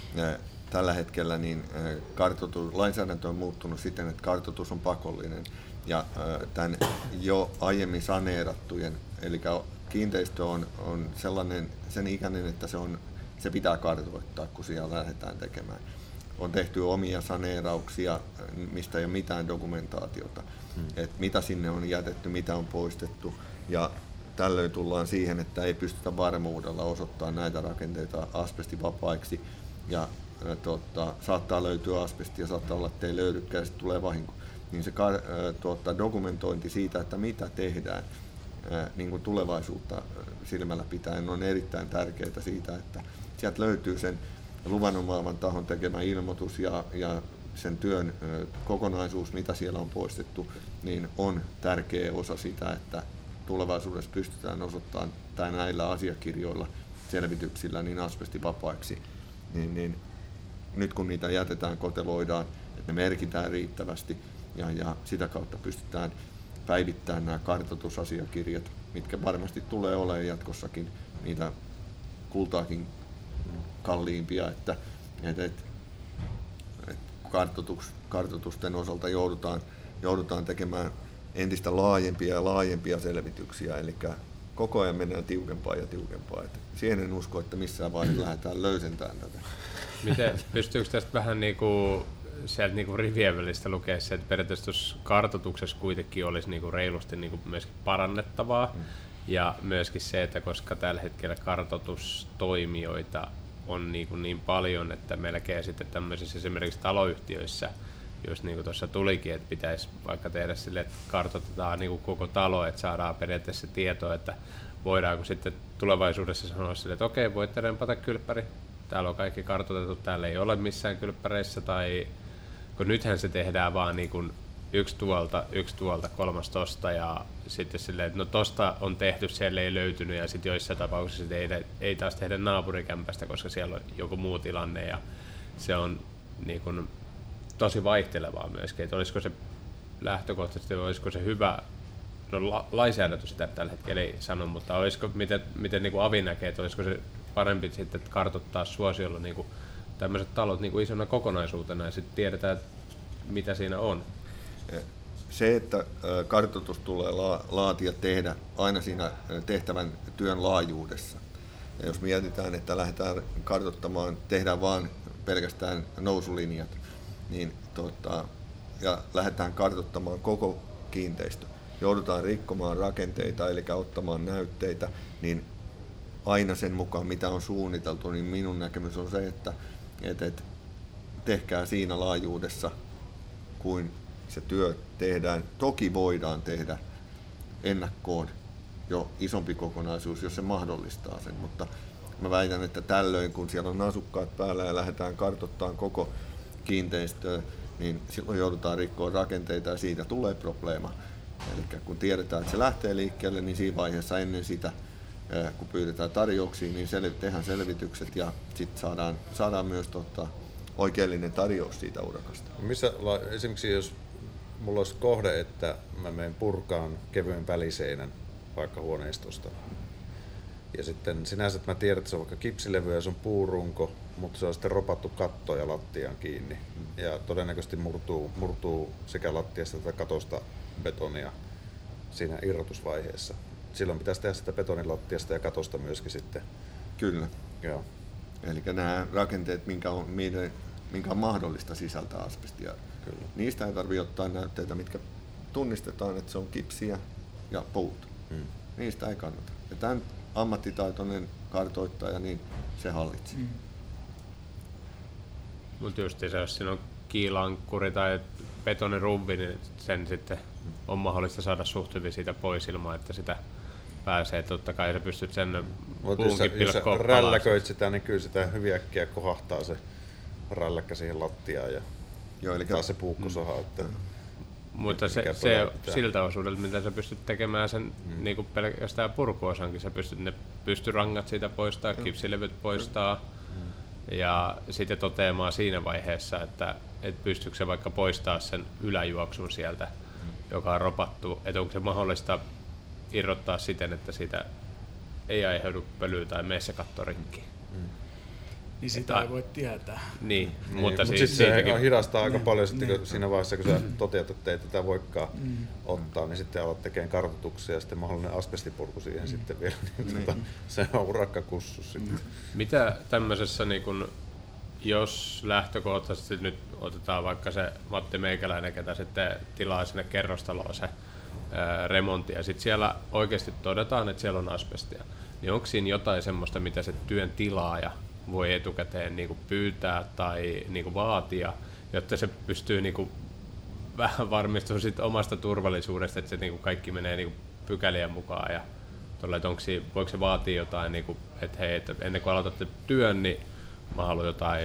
tällä hetkellä, niin kartoitus, lainsäädäntö on muuttunut siten, että kartoitus on pakollinen. Ja tämän jo aiemmin saneerattujen, eli kiinteistö on, on sellainen, sen ikäinen, että se, on, se pitää kartoittaa, kun siellä lähdetään tekemään. On tehty omia saneerauksia, mistä ei ole mitään dokumentaatiota, hmm. että mitä sinne on jätetty, mitä on poistettu. Ja tällöin tullaan siihen, että ei pystytä varmuudella osoittamaan näitä rakenteita asbestivapaiksi. Ja ä, tota, saattaa löytyä asbestia, saattaa olla, että ei löydykään ja sitten tulee vahinko. Niin se ä, tota, dokumentointi siitä, että mitä tehdään ä, niin kuin tulevaisuutta silmällä pitäen, on erittäin tärkeää siitä, että sieltä löytyy sen luvan omaavan tahon tekemä ilmoitus ja, ja sen työn kokonaisuus, mitä siellä on poistettu, niin on tärkeä osa sitä, että tulevaisuudessa pystytään osoittamaan tai näillä asiakirjoilla, selvityksillä niin asbestivapaiksi, niin, niin nyt kun niitä jätetään, koteloidaan, että ne merkitään riittävästi ja, ja sitä kautta pystytään päivittämään nämä kartoitusasiakirjat, mitkä varmasti tulee olemaan jatkossakin niitä kultaakin kalliimpia, että, että, että, että kartoitus, kartoitusten osalta joudutaan, joudutaan tekemään entistä laajempia ja laajempia selvityksiä, eli koko ajan mennään tiukempaa ja tiukempaa. Että siihen en usko, että missään vaiheessa lähdetään löysentämään tätä. Miten, pystyykö tästä vähän niin kuin sieltä niin kuin rivien välistä lukea se, että periaatteessa tuossa kartoituksessa kuitenkin olisi niin kuin reilusti niin kuin myöskin parannettavaa, mm. ja myöskin se, että koska tällä hetkellä kartoitustoimijoita on niin, kuin niin paljon, että melkein sitten tämmöisissä esimerkiksi taloyhtiöissä, jos niin kuin tuossa tulikin, että pitäisi vaikka tehdä sille, että kartoitetaan niin kuin koko talo, että saadaan periaatteessa tietoa, että voidaanko sitten tulevaisuudessa sanoa sille, että okei, voitte rempata kylppäri, täällä on kaikki kartoitettu, täällä ei ole missään kylppäreissä, tai kun nythän se tehdään vaan niin kuin yksi tuolta, yksi tuolta, kolmas tosta, ja sitten silleen, että no tosta on tehty, siellä ei löytynyt, ja sitten joissain tapauksissa ei, ei taas tehdä naapurikämpästä, koska siellä on joku muu tilanne, ja se on niin kuin tosi vaihtelevaa myöskin, että olisiko se lähtökohtaisesti, olisiko se hyvä, no la, lainsäädäntö sitä tällä hetkellä ei sano, mutta olisiko, miten, miten niin kuin Avi näkee, että olisiko se parempi sitten kartoittaa suosiolla niin kuin tämmöiset talot niin kuin isona kokonaisuutena ja sitten tiedetään, mitä siinä on. Se, että kartoitus tulee laatia tehdä aina siinä tehtävän työn laajuudessa. Ja jos mietitään, että lähdetään kartoittamaan, tehdään vain pelkästään nousulinjat, niin tota, ja lähdetään kartoittamaan koko kiinteistö. Joudutaan rikkomaan rakenteita, eli ottamaan näytteitä, niin aina sen mukaan, mitä on suunniteltu, niin minun näkemys on se, että et, et, tehkää siinä laajuudessa, kuin se työ tehdään. Toki voidaan tehdä ennakkoon jo isompi kokonaisuus, jos se mahdollistaa sen, mutta mä väitän, että tällöin, kun siellä on asukkaat päällä ja lähdetään kartoittamaan koko kiinteistöä, niin silloin joudutaan rikkoa rakenteita ja siitä tulee probleema. Eli kun tiedetään, että se lähtee liikkeelle, niin siinä vaiheessa ennen sitä, kun pyydetään tarjouksia, niin sel- tehdään selvitykset ja sitten saadaan, saadaan myös tota, oikeellinen tarjous siitä urakasta. Missä, esimerkiksi jos mulla olisi kohde, että mä menen purkaan kevyen väliseinän vaikka huoneistosta, ja sitten sinänsä, että mä tiedän, että se on vaikka kipsilevy ja se on puurunko, mutta se on sitten ropattu katto ja lattiaan kiinni. Ja todennäköisesti murtuu, murtuu sekä lattiasta että katosta betonia siinä irrotusvaiheessa. Silloin pitäisi tehdä sitä betonilattiasta ja katosta myöskin sitten. Kyllä. Joo. Eli nämä rakenteet, minkä on, minkä on mahdollista sisältää asbestia. Kyllä. Niistä ei tarvitse ottaa näytteitä, mitkä tunnistetaan, että se on kipsiä ja puut. Hmm. Niistä ei kannata. Ja tämän ammattitaitoinen kartoittaja, niin se hallitsee. Mm. Mutta just se, jos siinä on kiilankkuri tai betonirumbi, niin sen sitten on mahdollista saada suht hyvin siitä pois ilman, että sitä pääsee. Totta kai sä pystyt sen puunkin pilkkoon jos rälläköit sitä, niin kyllä sitä hyvin äkkiä kohahtaa se rälläkkä siihen lattiaan ja Joo, eli taas se puukkosoha. Mm. Että mutta se, se siltä osuudelta, mitä sä pystyt tekemään sen mm. niin kuin pelkästään purkuosankin, sä pystyt ne pystyrangat siitä poistaa, mm. kipsilevyt poistaa mm. ja sitten toteamaan siinä vaiheessa, että et pystyykö se vaikka poistaa sen yläjuoksun sieltä, mm. joka on ropattu, että onko se mahdollista irrottaa siten, että siitä ei aiheudu pölyä tai mene se katto rikki. Mm. Niin sitä että, ei voi tietää. Niin, niin mutta siis siis se siitäkin hidastaa aika niin, paljon sitten, niin. kun siinä vaiheessa, kun sä toteat, että ei tätä voikaan mm. ottaa, niin sitten alat tekemään kartoituksia ja sitten mahdollinen asbestipurku siihen mm. sitten vielä. Niin, mm. tota, se on urakkakussus sitten. Mm. Mitä tämmöisessä, niin kun, jos lähtökohtaisesti nyt otetaan vaikka se Matti Meikäläinen, ketä sitten tilaa sinne kerrostaloon se ää, remontti ja sitten siellä oikeasti todetaan, että siellä on asbestia, niin onko siinä jotain semmoista, mitä se työn tilaaja voi etukäteen niin kuin pyytää tai niin kuin vaatia, jotta se pystyy niin kuin vähän varmistumaan sit omasta turvallisuudesta, että se niin kuin kaikki menee niin kuin pykälien mukaan. Ja tolle, että onko siinä, voiko se vaatia jotain, niin kuin, että hei, että ennen kuin aloitatte työn, niin mä haluan jotain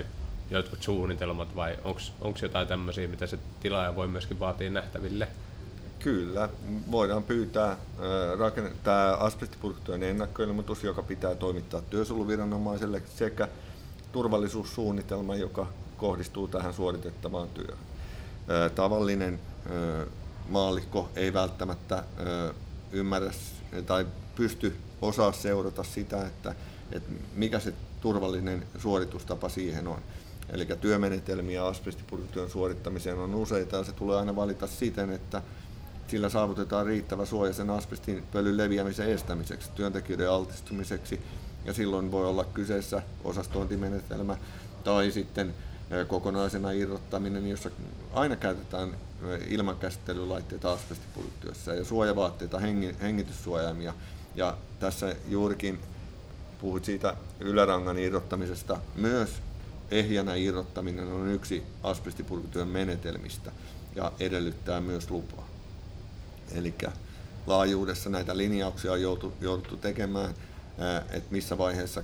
jotkut suunnitelmat vai onko jotain tämmöisiä, mitä se tilaaja voi myöskin vaatia nähtäville? Kyllä, voidaan pyytää tämä asbestipurkutyön ennakkoilmoitus, joka pitää toimittaa työsuojeluviranomaiselle, sekä turvallisuussuunnitelma, joka kohdistuu tähän suoritettavaan työhön. Tavallinen maallikko ei välttämättä ymmärrä tai pysty osaa seurata sitä, että, että mikä se turvallinen suoritustapa siihen on. Eli työmenetelmiä asbestipurkutyön suorittamiseen on useita ja se tulee aina valita siten, että sillä saavutetaan riittävä suoja sen asbestin pölyn leviämisen estämiseksi, työntekijöiden altistumiseksi, ja silloin voi olla kyseessä osastointimenetelmä tai sitten kokonaisena irrottaminen, jossa aina käytetään ilmankäsittelylaitteita asbestipurkutyössä ja suojavaatteita, hengityssuojaimia. Ja tässä juurikin puhut siitä ylärangan irrottamisesta. Myös ehjänä irrottaminen on yksi asbestipurkutyön menetelmistä ja edellyttää myös lupaa. Eli laajuudessa näitä linjauksia on jouduttu tekemään, että missä vaiheessa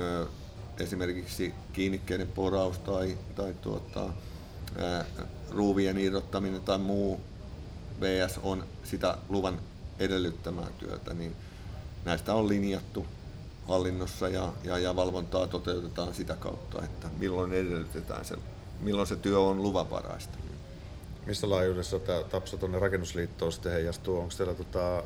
esimerkiksi kiinnikkeiden poraus tai, tai tuota, ää, ruuvien irrottaminen tai muu V S on sitä luvan edellyttämää työtä, niin näistä on linjattu hallinnossa ja, ja, ja valvontaa toteutetaan sitä kautta, että milloin edellytetään se, milloin se työ on luvanvaraista. Missä laajuudessa tämä Tapsa tuonne rakennusliittoon sitten heijastuu? Onko teillä, tota,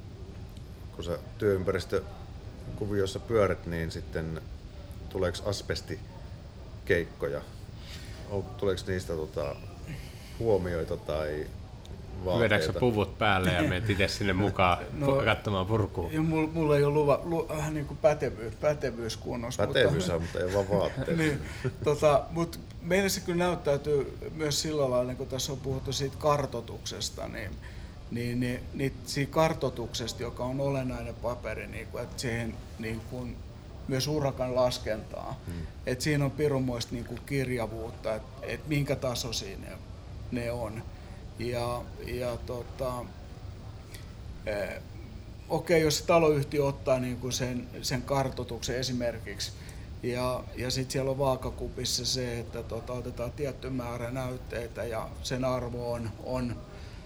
kun sä työympäristökuviossa pyörit, niin sitten tuleeko asbestikeikkoja? Tuleeko niistä tota, huomioita tai vaateita? Vedätkö puvut päälle ja menet itse sinne mukaan no, katsomaan purkuun? Mulla, mulla ei ole luva, lu, äh, niin kuin pätevyys, pätevyys kunnossa. Pätevyys on, mutta ei vaan vaatteet. niin, tota, mut meille se kyllä näyttäytyy myös sillä lailla, kun tässä on puhuttu siitä kartoituksesta, niin, niin, niin, niin siitä kartoituksesta, joka on olennainen paperi, niin kuin, että siihen niin kuin, myös urakan laskentaa. Hmm. Et siinä on pirunmoista niin kuin kirjavuutta, että et minkä tasoisia ne, ne on. Ja, ja tota, eh, okei, jos se taloyhtiö ottaa niin kuin sen, sen kartoituksen esimerkiksi, ja, ja sitten siellä on vaakakupissa se, että tota, otetaan tietty määrä näytteitä ja sen arvo on, on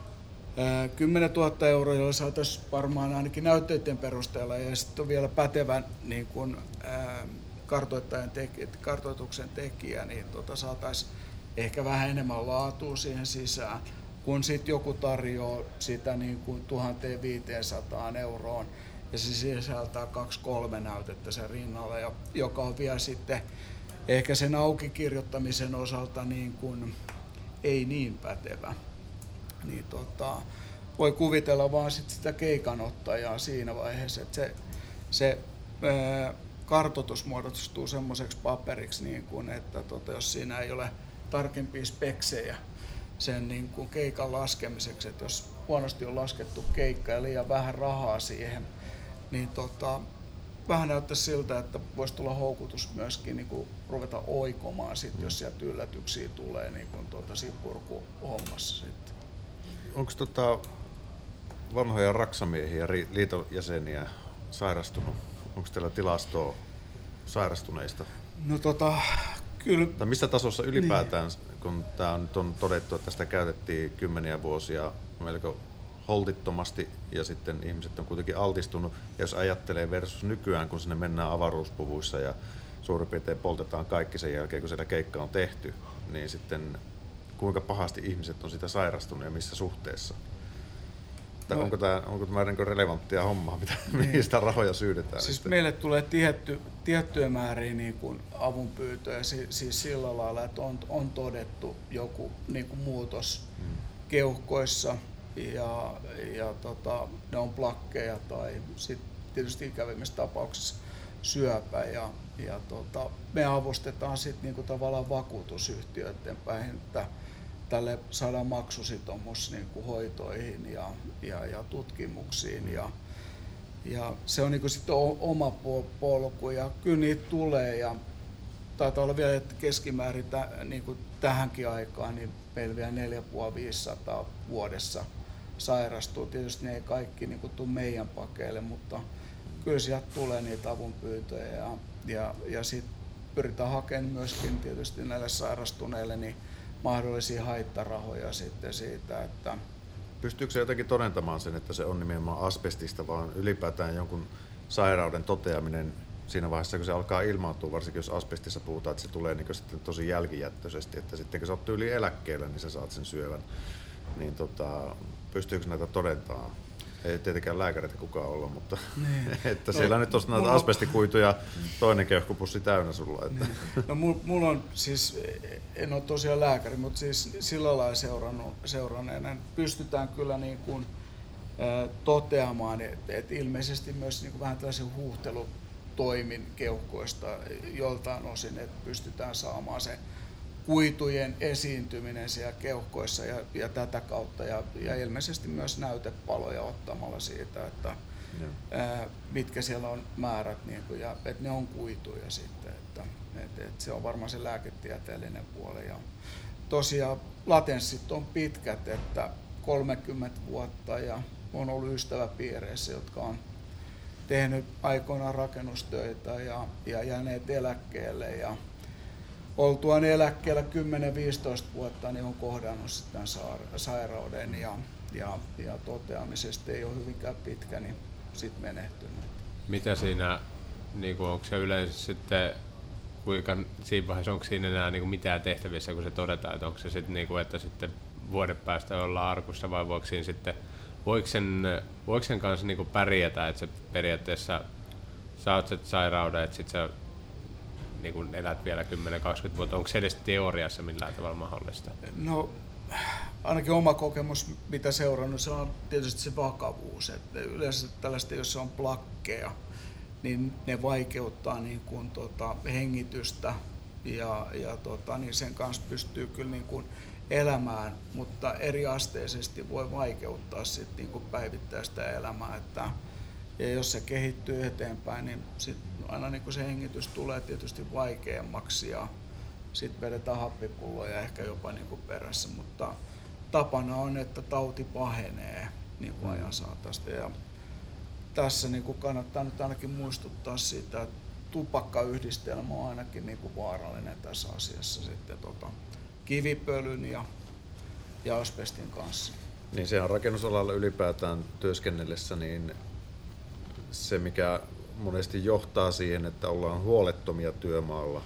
eh, kymmenen tuhatta euroa, jolla saataisiin varmaan ainakin näytteiden perusteella, ja sitten on vielä pätevän niin kuin, eh, kartoittajan teki, kartoituksen tekijä, niin tota, saataisiin ehkä vähän enemmän laatua siihen sisään, kun sitten joku tarjoaa sitä niin kuin tuhatviisisataa euroon ja se sisältää kaksi kolme näytettä sen rinnalla, ja, joka on vielä sitten ehkä sen aukikirjoittamisen osalta niin kuin ei niin pätevä. Niin tota, voi kuvitella vaan sit sitä keikanottajaa siinä vaiheessa, että se, se ää, kartoitus muodostuu semmoiseksi paperiksi, niin kuin, että tota, jos siinä ei ole tarkempia speksejä sen niin kuin keikan laskemiseksi, että jos huonosti on laskettu keikka ja liian vähän rahaa siihen, niin tota, vähän näyttäisi siltä, että voisi tulla houkutus myöskin niin kuin ruveta oikomaan, sit, jos sieltä yllätyksiä tulee niin kuin tuota, siinä purkuhommassa. Sitten. Onko tota vanhoja raksamiehiä, liiton jäseniä sairastunut? Onko teillä tilastoa sairastuneista? No tota, kyllä. Tai missä tasossa ylipäätään, niin. kun tämä on, on todettu, että sitä käytettiin kymmeniä vuosia melko holtittomasti ja sitten ihmiset on kuitenkin altistunut. Ja jos ajattelee versus nykyään, kun sinne mennään avaruuspuvuissa ja suurin piirtein poltetaan kaikki sen jälkeen, kun siellä keikka on tehty, niin sitten kuinka pahasti ihmiset on sitä sairastunut ja missä suhteessa? No, onko tämä, onko tämä niin relevanttia hommaa, mitä, niin. mihin sitä rahoja syydetään? Siis sitten? Meille tulee tietty, tiettyjä määriä niin kuin avunpyyntöjä, siis sillä lailla, että on, on todettu joku niin kuin muutos hmm. keuhkoissa ja, ja tota, ne on plakkeja tai sit tietysti ikävimmissä tapauksissa syöpä ja, ja tota, me avustetaan sitten niin kuin tavallaan vakuutusyhtiöiden päin, että tälle saadaan maksusitomus niin kuin hoitoihin ja, ja, ja tutkimuksiin ja, ja se on niin kuin sitten oma polku ja kyllä niitä tulee ja taitaa olla vielä, että keskimäärin tä, niin kuin tähänkin aikaan niin meillä vielä neljä tuhatta viisisataa vuodessa sairastuu. Tietysti ne ei kaikki niin kuin tule meidän pakeille, mutta kyllä sieltä tulee niitä avunpyyntöjä ja, ja, ja sitten pyritään hakemaan myöskin tietysti näille sairastuneille niin mahdollisia haittarahoja sitten siitä, että pystyykö se jotenkin todentamaan sen, että se on nimenomaan asbestista, vaan ylipäätään jonkun sairauden toteaminen siinä vaiheessa, kun se alkaa ilmaantua, varsinkin jos asbestissa puhutaan, että se tulee niin sitten tosi jälkijättöisesti, että sitten kun sä oot yli eläkkeellä, niin sä saat sen syövän. Niin tota, pystyykö näitä todentamaan? Ei tietenkään lääkäreitä kukaan olla, mutta niin. että siellä no, nyt on näitä asbestikuituja, toinen keuhkopussi täynnä sulla. Että. Niin. No mulla on siis, en ole tosiaan lääkäri, mutta siis sillä lailla seurannut, seuranneena pystytään kyllä niin kuin, ä, toteamaan, että et ilmeisesti myös niin kuin vähän tällaisen huuhtelutoimin keuhkoista joltain osin, että pystytään saamaan se kuitujen esiintyminen siellä keuhkoissa ja, ja tätä kautta ja, ja ilmeisesti myös näytepaloja ottamalla siitä, että ää, mitkä siellä on määrät niin kuin, ja että ne on kuituja sitten, että et, et se on varmaan se lääketieteellinen puoli. Ja tosiaan latenssit on pitkät, että kolmekymmentä vuotta ja on ollut ystäväpiireissä, jotka on tehnyt aikoinaan rakennustöitä ja, ja jääneet eläkkeelle ja oltuaan eläkkeellä kymmenen viisitoista vuotta, niin on kohdannut sitten sairauden ja, ja, ja toteamisesta ei ole hyvinkään pitkä, niin sitten menehtynyt. Mitä siinä, niin kuin, onko se yleensä sitten, kuinka siinä vaiheessa, onko siinä enää niin kuin mitään tehtävissä, kun se todetaan, että onko se sitten, niin kuin, että sitten vuoden päästä ollaan arkussa vai voiko siinä sitten, voiko sen, voiko sen kanssa niin kuin pärjätä, että se periaatteessa saat sen sairauden, että sitten sä niin kun elät vielä kymmenen kaksikymmentä vuotta, onko se edes teoriassa millään tavalla mahdollista? No ainakin oma kokemus, mitä seurannut, se on tietysti se vakavuus. Että yleensä tällaista, jos on plakkeja, niin ne vaikeuttaa niin kuin, tota, hengitystä ja, ja tota, niin sen kanssa pystyy kyllä niin kuin elämään, mutta eriasteisesti voi vaikeuttaa sit, niin kuin päivittäistä elämää. Että, ja jos se kehittyy eteenpäin, niin sit aina niin kuin se hengitys tulee tietysti vaikeammaksi ja sitten vedetään happipulloja ehkä jopa niin kuin perässä, mutta tapana on, että tauti pahenee niin kuin ajan saatosta. Ja tässä niin kuin kannattaa nyt ainakin muistuttaa siitä, että tupakkayhdistelmä on ainakin niin kuin vaarallinen tässä asiassa sitten tota, kivipölyn ja, ja asbestin kanssa. Niin se on rakennusalalla ylipäätään työskennellessä, niin se mikä monesti johtaa siihen, että ollaan huolettomia työmaalla,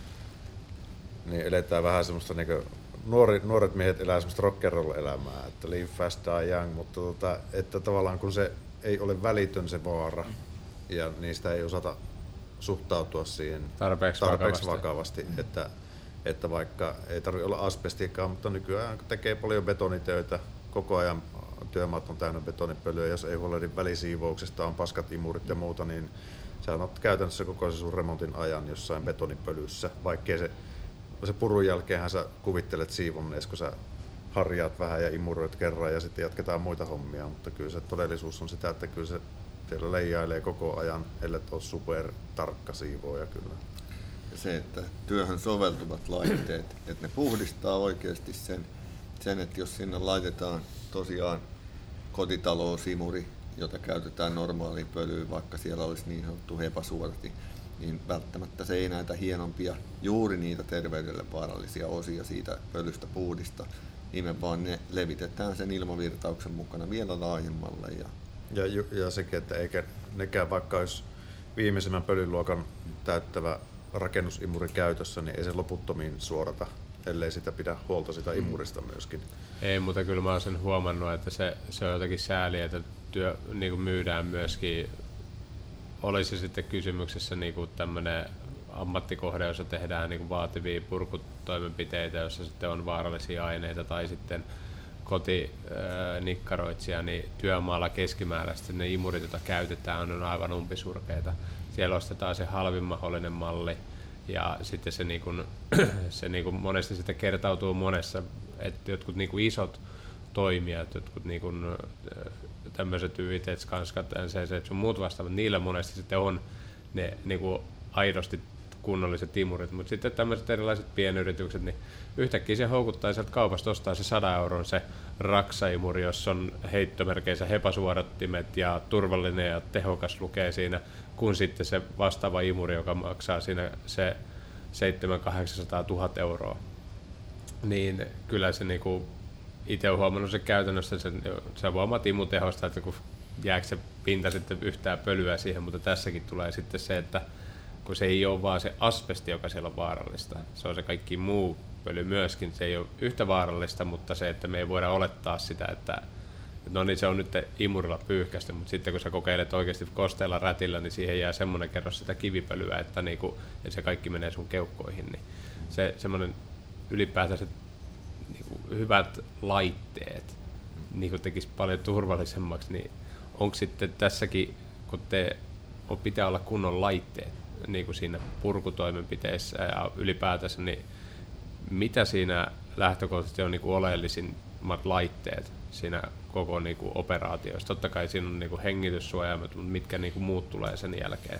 niin eletään vähän semmoista niin kuin nuori, nuoret miehet elää semmoista rock'n'roll-elämää, että live fast die young, mutta tota, että tavallaan kun se ei ole välitön se vaara ja niistä ei osata suhtautua siihen tarpeeksi, tarpeeksi vakavasti, vakavasti että, että vaikka ei tarvitse olla asbestiikaan, mutta nykyään tekee paljon betonitöitä, koko ajan työmaat on täynnä betonipölyä, jos ei huolehdi välisiivouksesta, on paskat imurit ja muuta, niin sä oot käytännössä koko se sun remontin ajan jossain betonipölyssä, vaikkei se, se purun jälkeenhän sä kuvittelet siivonnees, kun sä harjaat vähän ja imuroit kerran ja sitten jatketaan muita hommia, mutta kyllä se todellisuus on sitä, että kyllä se siellä leijailee koko ajan, ellei ole super tarkka siivooja kyllä. Ja se, että työhön soveltuvat laitteet, että ne puhdistaa oikeasti sen, sen että jos sinne laitetaan tosiaan kotitalousimuri, jota käytetään normaaliin pölyyn, vaikka siellä olisi niin sanottu hepasuorti, niin välttämättä se ei näitä hienompia, juuri niitä terveydelle vaarallisia osia siitä pölystä puhdista, niin vaan ne levitetään sen ilmavirtauksen mukana vielä laajemmalle. Ja, ja, ja sekin, että eikä nekään vaikka olisi viimeisemmän pölyluokan täyttävä rakennusimuri käytössä, niin ei se loputtomiin suorata, ellei sitä pidä huolta sitä imurista myöskin. Ei, mutta kyllä mä oon sen huomannut, että se, se on jotenkin sääli, että työ niin kuin myydään myöskin, olisi sitten kysymyksessä niin kuin tämmöinen ammattikohde, jossa tehdään niin kuin vaativia purkutoimenpiteitä, jossa sitten on vaarallisia aineita, tai sitten kotinikkaroitsija, niin työmaalla keskimääräisesti ne imurit, joita käytetään, on aivan umpisurkeita. Siellä ostetaan se halvin mahdollinen malli, ja sitten se, niin kuin, se niin kuin monesti sitten kertautuu monessa, että jotkut niin kuin isot toimijat, jotkut niin kuin tämmöiset Y I T, Skanskat, N C C, sun muut vastaavat, niillä monesti sitten on ne niin kuin aidosti kunnolliset imurit, mutta sitten tämmöiset erilaiset pienyritykset, niin yhtäkkiä se houkuttaa sieltä kaupasta ostaa se sata euron se raksaimuri, jossa on heittomerkeissä hepasuodattimet ja turvallinen ja tehokas lukee siinä, kun sitten se vastaava imuri, joka maksaa siinä se seitsemän kahdeksansataa tuhatta euroa. Niin kyllä se niinku, itse olen huomannut se käytännössä, sen, sä huomaat imutehosta, että kun jääkö se pinta sitten yhtään pölyä siihen, mutta tässäkin tulee sitten se, että kun se ei ole vaan se asbesti, joka siellä on vaarallista, se on se kaikki muu pöly myöskin, se ei ole yhtä vaarallista, mutta se, että me ei voida olettaa sitä, että no niin, se on nyt imurilla pyyhkäistä, mutta sitten kun sä kokeilet oikeasti kosteella rätillä, niin siihen jää semmoinen kerros sitä kivipölyä, että, niinku, että se kaikki menee sun keuhkoihin, niin se semmoinen ylipäätään se niinku, hyvät laitteet niinku tekisi paljon turvallisemmaksi, niin onko sitten tässäkin, kun te pitää olla kunnon laitteet niin kuin siinä purkutoimenpiteissä ja ylipäätänsä, niin mitä siinä lähtökohtaisesti on niin kuin oleellisimmat laitteet siinä koko niin kuin operaatioissa? Totta kai siinä on niin kuin hengityssuojaimet, mutta mitkä niin kuin muut tulee sen jälkeen?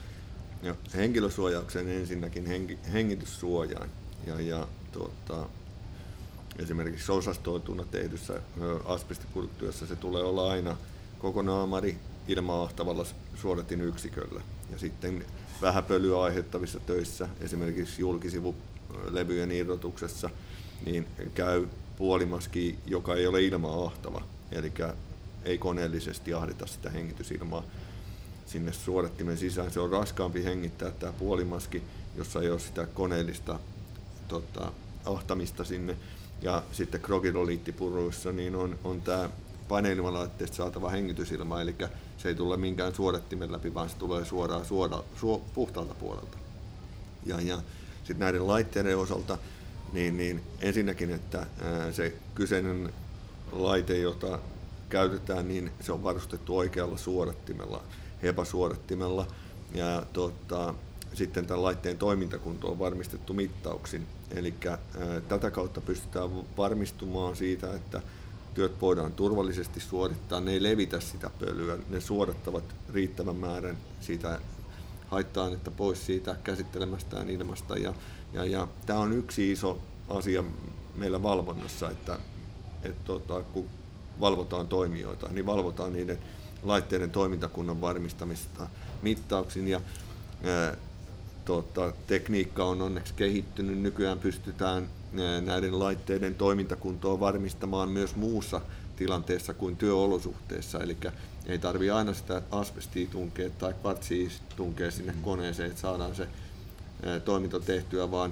Joo, henkilösuojauksen ensinnäkin henki, hengityssuojaan ja, ja tuota, esimerkiksi osastoituna tehdyssä asbestipurkutyössä se tulee olla aina koko naamari ilma-ahtavalla suodatin yksiköllä. Ja sitten vähäpölyä aiheuttavissa töissä, esimerkiksi julkisivulevyjen irrotuksessa, niin käy puolimaski, joka ei ole ilma-ahtava, eli ei koneellisesti ahdita sitä hengitysilmaa sinne suodattimen sisään. Se on raskaampi hengittää tämä puolimaski, jossa ei ole sitä koneellista tota, ahtamista sinne. Ja sitten krokidoliittipuruissa niin on, on tämä paneelimalaitteesta saatava hengitysilma, eli se ei tule minkään suodattimen läpi, vaan se tulee suoraan suora, su, puhtaalta puolelta. Ja, ja sitten näiden laitteiden osalta, niin, niin ensinnäkin, että ää, se kyseinen laite, jota käytetään, niin se on varustettu oikealla suodattimella, HEPA-suodattimella, ja tota, sitten tämän laitteen toimintakunto on varmistettu mittauksin. Eli ää, tätä kautta pystytään varmistumaan siitä, että työt voidaan turvallisesti suorittaa, ne ei levitä sitä pölyä, ne suodattavat riittävän määrän siitä haitta-ainetta pois siitä käsittelemästään ilmasta. Ja, ja, ja tämä on yksi iso asia meillä valvonnassa, että, että tota, kun valvotaan toimijoita, niin valvotaan niiden laitteiden toimintakunnan varmistamista mittauksin. Ja, ää, tota, tekniikka on onneksi kehittynyt, nykyään pystytään näiden laitteiden toimintakuntoa varmistamaan myös muussa tilanteessa kuin työolosuhteissa, eli ei tarvitse aina sitä asbestia tunkea tai kvartsia tunkea sinne koneeseen, että saadaan se toiminto tehtyä, vaan...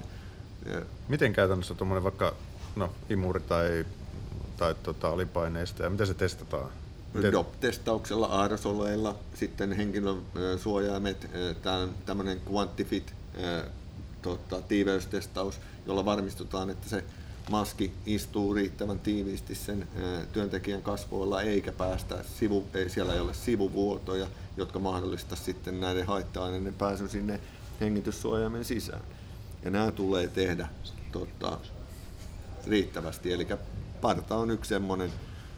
Miten käytännössä tuommoinen vaikka no, imuri tai, tai tota, alipaineista, ja miten se testataan? Miten... D O P-testauksella, aerosoleilla, sitten henkilön suojaimet, tämmöinen Quantifit, tota, tiiveystestaus, jolla varmistutaan, että se maski istuu riittävän tiiviisti sen työntekijän kasvoilla eikä päästä, sivu, ei, siellä ei ole sivuvuotoja, jotka mahdollistaa sitten näiden haitta-aineiden pääsyn sinne hengityssuojaimen sisään. Ja nämä tulee tehdä tota, riittävästi, eli parta on yksi semmoinen,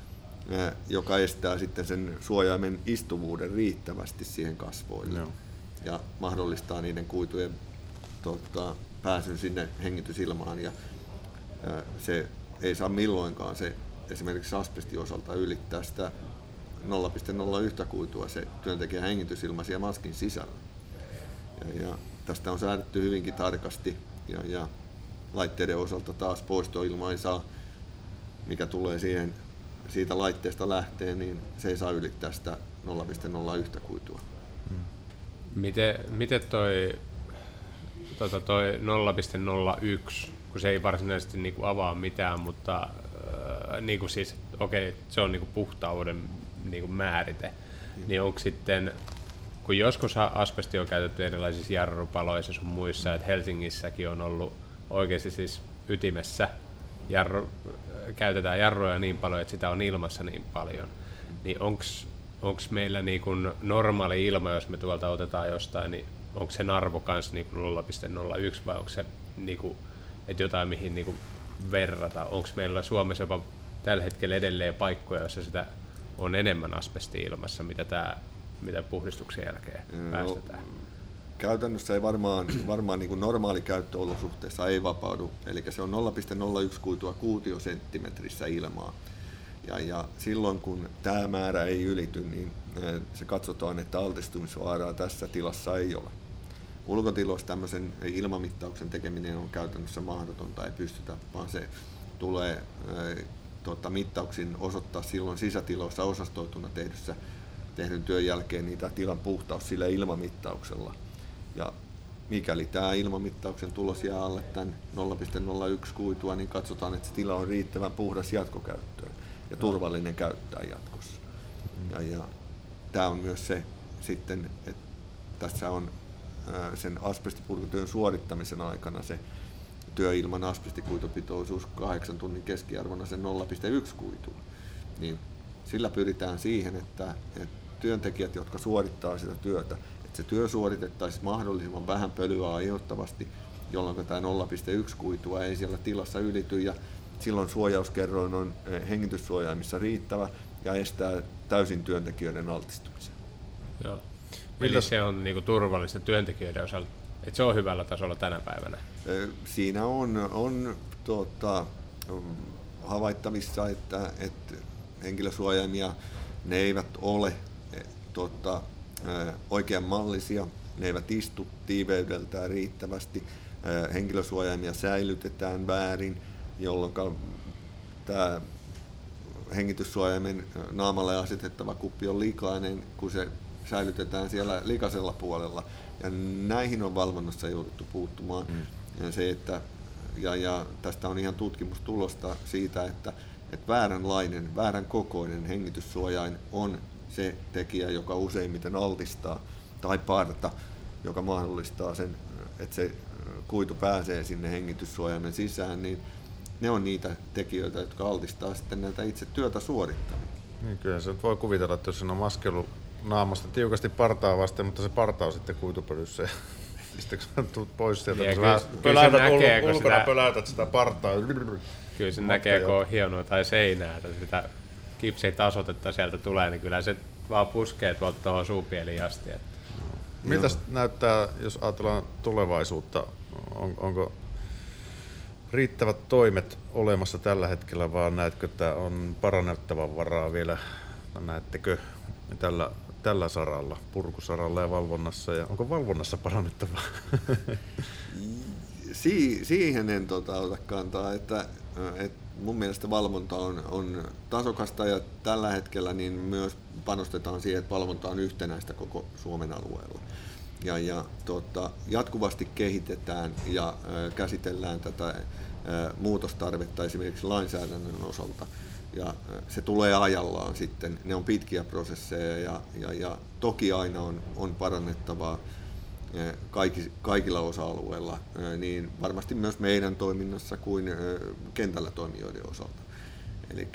joka estää sitten sen suojaimen istuvuuden riittävästi siihen kasvoille. No. Ja mahdollistaa niiden kuitujen tota, pääsyn sinne hengitysilmaan, ja ää, se ei saa milloinkaan se esimerkiksi asbestin osalta ylittää sitä nolla pilkku nolla yksi kuitua se työntekijän hengitysilma siellä maskin sisällä. Ja, ja tästä on säädetty hyvinkin tarkasti, ja, ja laitteiden osalta taas poistoilma ei saa, mikä tulee siihen, siitä laitteesta lähteen, niin se ei saa ylittää sitä nolla pilkku nolla yksi kuitua. Hmm. Miten, miten toi Tota toi nolla pilkku nolla yksi, kun se ei varsinaisesti niinku avaa mitään, mutta äh, niinku siis, okei, okay, se on niinku puhtauden niinku määrite, mm. niin onko sitten, kun joskus asbesti on käytetty erilaisissa jarrupaloissa sun muissa, että Helsingissäkin on ollut oikeasti siis ytimessä, jarru, käytetään jarruja niin paljon, että sitä on ilmassa niin paljon, niin onko meillä niinku normaali ilma, jos me tuolta otetaan jostain, niin onko sen arvo kanssa niin nolla pilkku nolla yksi vai onko se niin kuin, että jotain mihin niin kuin verrata? Onko meillä Suomessa jopa tällä hetkellä edelleen paikkoja, joissa sitä on enemmän asbestia ilmassa, mitä, tämä, mitä puhdistuksen jälkeen no, päästetään? Käytännössä ei varmaan, varmaan niin kuin normaali käyttöolosuhteessa ei vapaudu, eli se on nolla pilkku nolla yksi kuitua kuutiosenttimetrissä ilmaa. Ja, ja silloin kun tämä määrä ei ylity, niin se katsotaan, että altistumisvaaraa tässä tilassa ei ole. ulkotiloissa tämmöisen ilmamittauksen tekeminen on käytännössä mahdotonta, ei pystytä, vaan se tulee ää, tota, mittauksin osoittaa silloin sisätiloissa osastoituna tehdyssä, tehdyn työn jälkeen niitä tilan puhtaus sillä ilmamittauksella. Ja mikäli tämä ilmamittauksen tulos jää alle tämän nolla pilkku nolla yksi kuitua, niin katsotaan, että se tila on riittävän puhdas jatkokäyttöön ja turvallinen käyttää jatkossa. Ja, ja tämä on myös se sitten, että tässä on ää, sen asbestipurkutyön suorittamisen aikana se työ ilman asbestikuitupitoisuus kahdeksan tunnin keskiarvona sen nolla pilkku yksi kuitua. Niin sillä pyritään siihen, että, että työntekijät, jotka suorittaa sitä työtä, että se työ suoritettaisiin mahdollisimman vähän pölyä aiheuttavasti, jolloin tämä nolla pilkku yksi kuitua ei siellä tilassa ylity ja silloin suojauskerroin on hengityssuojaimissa riittävä ja estää täysin työntekijöiden altistumisen. Joo. Eli se on niinku turvallista työntekijöiden osalta, että se on hyvällä tasolla tänä päivänä? Siinä on, on tuota, havaittavissa, että, että henkilösuojaimia ne eivät ole tuota, oikean mallisia, ne eivät istu tiiveydeltään riittävästi, henkilösuojaimia säilytetään väärin, jolloin tämä hengityssuojaimen naamalle asetettava kuppi on likainen, kun se säilytetään siellä likaisella puolella. Ja näihin on valvonnassa jouduttu puuttumaan. Mm. Ja se, että, ja, ja tästä on ihan tutkimustulosta siitä, että, että vääränlainen, väärän kokoinen hengityssuojain on se tekijä, joka useimmiten altistaa, tai parta, joka mahdollistaa sen, että se kuitu pääsee sinne hengityssuojaimen sisään, niin ne on niitä tekijöitä, jotka altistaa sitten näitä itse työtä suorittavia. Niin, kyllä se voi kuvitella, että jos on maskelu naamasta tiukasti partaa vasten, mutta se parta on sitten kuitupölyssä ja sitten kun tulet pois sieltä, niin, kyllä, kyllä pöläytät näkee, ul- ulkona sitä, pöläytät sitä partaa. Kyllä se näkee, kun on hienoa tai seinää, että sitä kipsitasotetta sieltä tulee, niin kyllä se vaan puskee tuolta tuohon suupieliin asti. Että. Mitäs no. näyttää, jos ajatellaan tulevaisuutta, on, onko riittävät toimet olemassa tällä hetkellä, vaan näetkö, että on parannettavan varaa vielä, näettekö tällä, tällä saralla, purkusaralla ja valvonnassa, ja onko valvonnassa parannettavaa? Si- siihen en tota, ota kantaa, että, että mun mielestä valvonta on, on tasokasta ja tällä hetkellä niin myös panostetaan siihen, että valvonta on yhtenäistä koko Suomen alueella. Ja, ja tota, jatkuvasti kehitetään ja ä, käsitellään tätä ä, muutostarvetta esimerkiksi lainsäädännön osalta. Ja ä, se tulee ajallaan sitten. Ne on pitkiä prosesseja ja, ja, ja toki aina on, on parannettavaa ä, kaikki, kaikilla osa-alueilla, ä, niin varmasti myös meidän toiminnassa kuin ä, kentällä toimijoiden osalta. Eli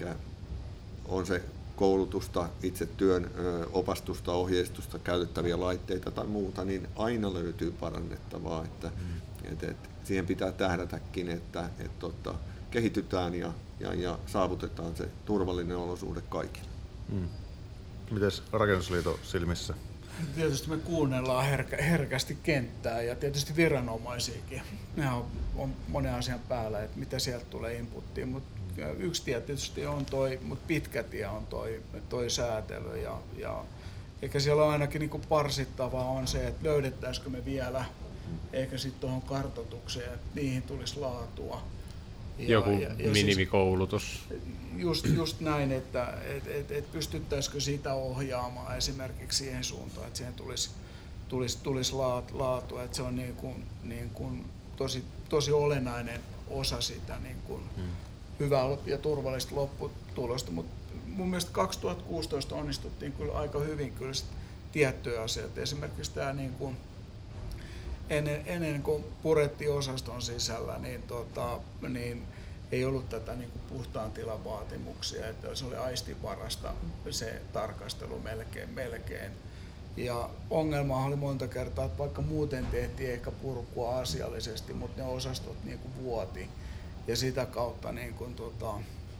on se koulutusta, itse työn opastusta, ohjeistusta, käytettäviä laitteita tai muuta, niin aina löytyy parannettavaa. Että, mm. et, et, siihen pitää tähdätäkin, että et, tota, kehitytään ja, ja, ja saavutetaan se turvallinen olosuhde kaikille. Mm. Mites Rakennusliiton silmissä? Tietysti me kuunnellaan herkä, herkästi kenttää ja tietysti viranomaisiakin. Ne on, on monen asian päällä, että mitä sieltä tulee inputtiin, mutta yksi tie tietysti on toi, mutta pitkä tie on toi, toi säätely ja, ja eikä siellä ainakin niinku parsittavaa on se, että löydettäisikö me vielä, eikä sitten tuohon kartoitukseen, että niihin tulisi laatua. Ja, Joku ja, ja minimikoulutus. Siis just, just näin, että et, et, et pystyttäisikö sitä ohjaamaan esimerkiksi siihen suuntaan, että siihen tulisi, tulisi, tulisi laatua, että se on niin kuin, niin kuin tosi, tosi olennainen osa sitä niin kuin hmm. hyvää ja turvallista lopputulosta, mutta mun mielestä kaksituhattakuusitoista onnistuttiin kyllä aika hyvin kyllä tiettyjä asioita. Esimerkiksi tämä niin kuin ennen, ennen kuin purettiin osaston sisällä, niin, tota, niin ei ollut tätä niin kuin puhtaan tilan vaatimuksia, että se oli aistinvarasta se tarkastelu melkein. melkein. Ja ongelma oli monta kertaa, että vaikka muuten tehtiin ehkä purkua asiallisesti, mutta ne osastot niin kuin vuoti. Ja sitä kautta niin kuin, tota,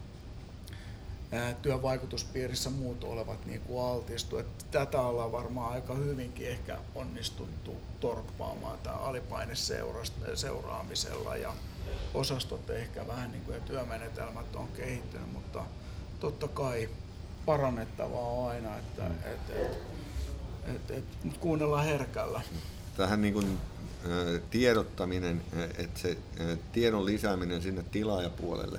työn vaikutuspiirissä muut olevat niin kuin altistu. Että tätä ollaan varmaan aika hyvinkin ehkä onnistuttu torppaamaan tämä alipaine seuraamisella ja osastot ehkä vähän niin kuin, ja työmenetelmät on kehittynyt, mutta totta kai parannettavaa on aina, että et, et, et, et, kuunnellaan herkällä. Tähän niin kuin tiedottaminen, että se tiedon lisääminen sinne tilaajapuolelle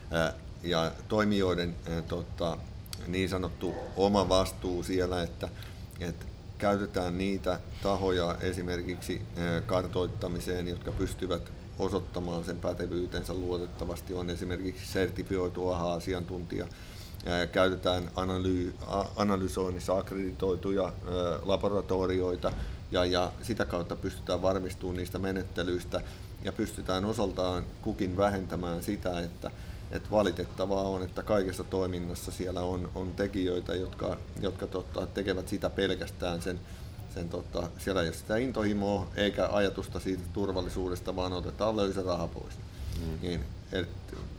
ja toimijoiden tota, niin sanottu oma vastuu siellä, että, että käytetään niitä tahoja esimerkiksi kartoittamiseen, jotka pystyvät osoittamaan sen pätevyytensä luotettavasti, on esimerkiksi sertifioitu A H A-asiantuntija. Käytetään analy- analysoinnissa akkreditoituja laboratorioita ja, ja sitä kautta pystytään varmistumaan niistä menettelyistä ja pystytään osaltaan kukin vähentämään sitä, että, että valitettavaa on, että kaikessa toiminnassa siellä on, on tekijöitä, jotka, jotka totta, tekevät sitä pelkästään sen, sen totta, siellä ei ole sitä intohimoa eikä ajatusta siitä turvallisuudesta, vaan otetaan löysä raha pois. Mm. Niin, et,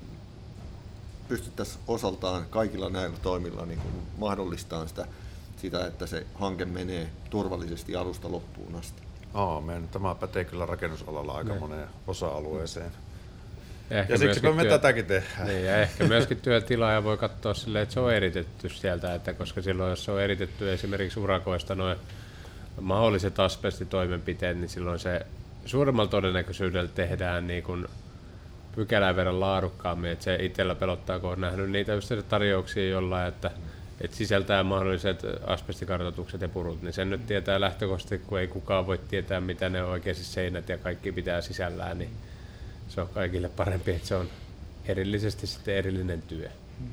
pystyttäisiin osaltaan kaikilla näillä toimilla niin kuin mahdollistamaan sitä, sitä, että se hanke menee turvallisesti alusta loppuun asti. Aamen. Tämä pätee kyllä rakennusalalla aika ne. moneen osa-alueeseen. Ja, ja siksipä me työ... tätäkin tehdään. Niin, ja ehkä myöskin työtilaaja voi katsoa silleen, että se on eritetty sieltä, että koska silloin jos se on eritetty esimerkiksi urakoista noin mahdolliset asbestitoimenpiteet, niin silloin se suuremmalla todennäköisyydellä tehdään niin kuin pykälän verran laadukkaammin, että se itsellä pelottaa, kun on nähnyt niitä tarjouksia jollain, että, että sisältää mahdolliset asbestikartoitukset ja purut, niin sen nyt tietää lähtökohtaisesti, kun ei kukaan voi tietää, mitä ne on oikeasti seinät ja kaikki pitää sisällään, niin se on kaikille parempi, että se on erillisesti sitten erillinen työ.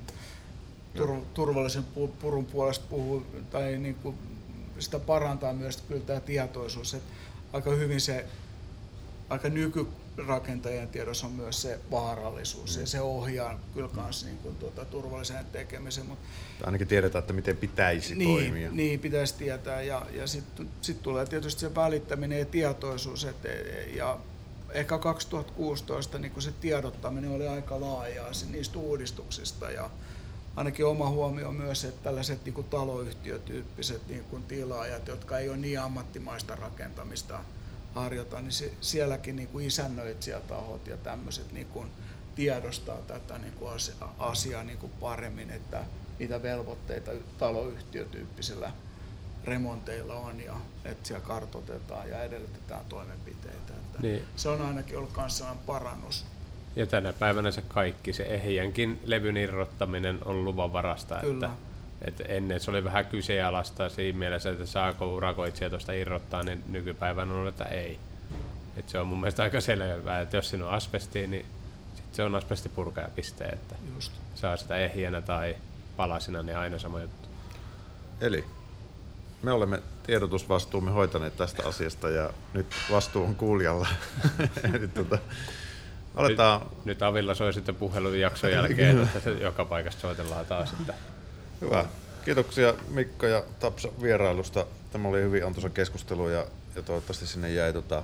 Tur- turvallisen purun puolesta puhuu, tai niin kuin sitä parantaa myös kyllä tämä tietoisuus, että aika hyvin se, aika nykyrakentajien tiedossa on myös se vaarallisuus mm. ja se ohjaa kyllä myös niin kuin tuota, turvalliseen tekemiseen. Mutta ainakin tiedetään, että miten pitäisi niin, toimia. Niin, pitäisi tietää ja, ja sitten sit tulee tietysti se välittäminen ja tietoisuus, et, ja ehkä kaksituhattakuusitoista niin se tiedottaminen oli aika laajaa niistä uudistuksista ja ainakin oma huomio on myös, että tällaiset niin kuin taloyhtiötyyppiset niin kuin tilaajat, jotka ei ole niin ammattimaista rakentamista harjoita, niin se, sielläkin niin kuin isännöitsijätahot ja tämmöiset niin kuin tiedostaa tätä niin kuin asiaa niin kuin paremmin, että mitä velvoitteita taloyhtiötyyppisillä remonteilla on ja että siellä kartoitetaan ja edellytetään toimenpiteitä. Että niin. Se on ainakin ollut myös sellainen parannus. Ja tänä päivänä se kaikki, se ehjänkin levyn irrottaminen on luvanvarasta. Että, että ennen se oli vähän kyseenalaista siinä mielessä, että saako urakoitsija tuosta irrottaa, niin nykypäivänä on, että ei. Että se on mun mielestä aika selvää, että jos siinä on asbestia, niin sit se on asbestipurkaja piste, että Just. saa sitä ehjänä tai palasina, niin aina sama juttu. Eli me olemme tiedotusvastuumme hoitaneet tästä asiasta ja nyt vastuu on kuulijalla. Eli tuota, aletaan. Nyt, nyt Avilla soi sitten puhelun jakson jälkeen, että joka paikasta soitellaan taas. Että hyvä. Kiitoksia Mikko ja Tapsa vierailusta. Tämä oli hyvin antoisa keskustelu ja, ja toivottavasti sinne jäi tota,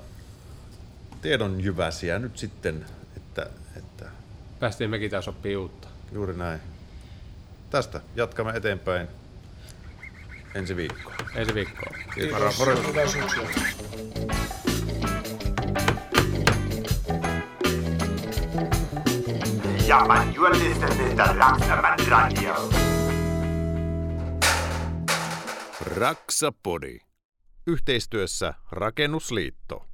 tiedon jyväsiä nyt sitten. Että, että päästiin mekin taas oppii uutta. Juuri näin. Tästä jatkamme eteenpäin ensi viikkoon. Ensi viikkoon. Kiitos. Hyvää syksyä. Ja, man, you are listening to Raksaman Radio. Raksapodi. Yhteistyössä Rakennusliitto.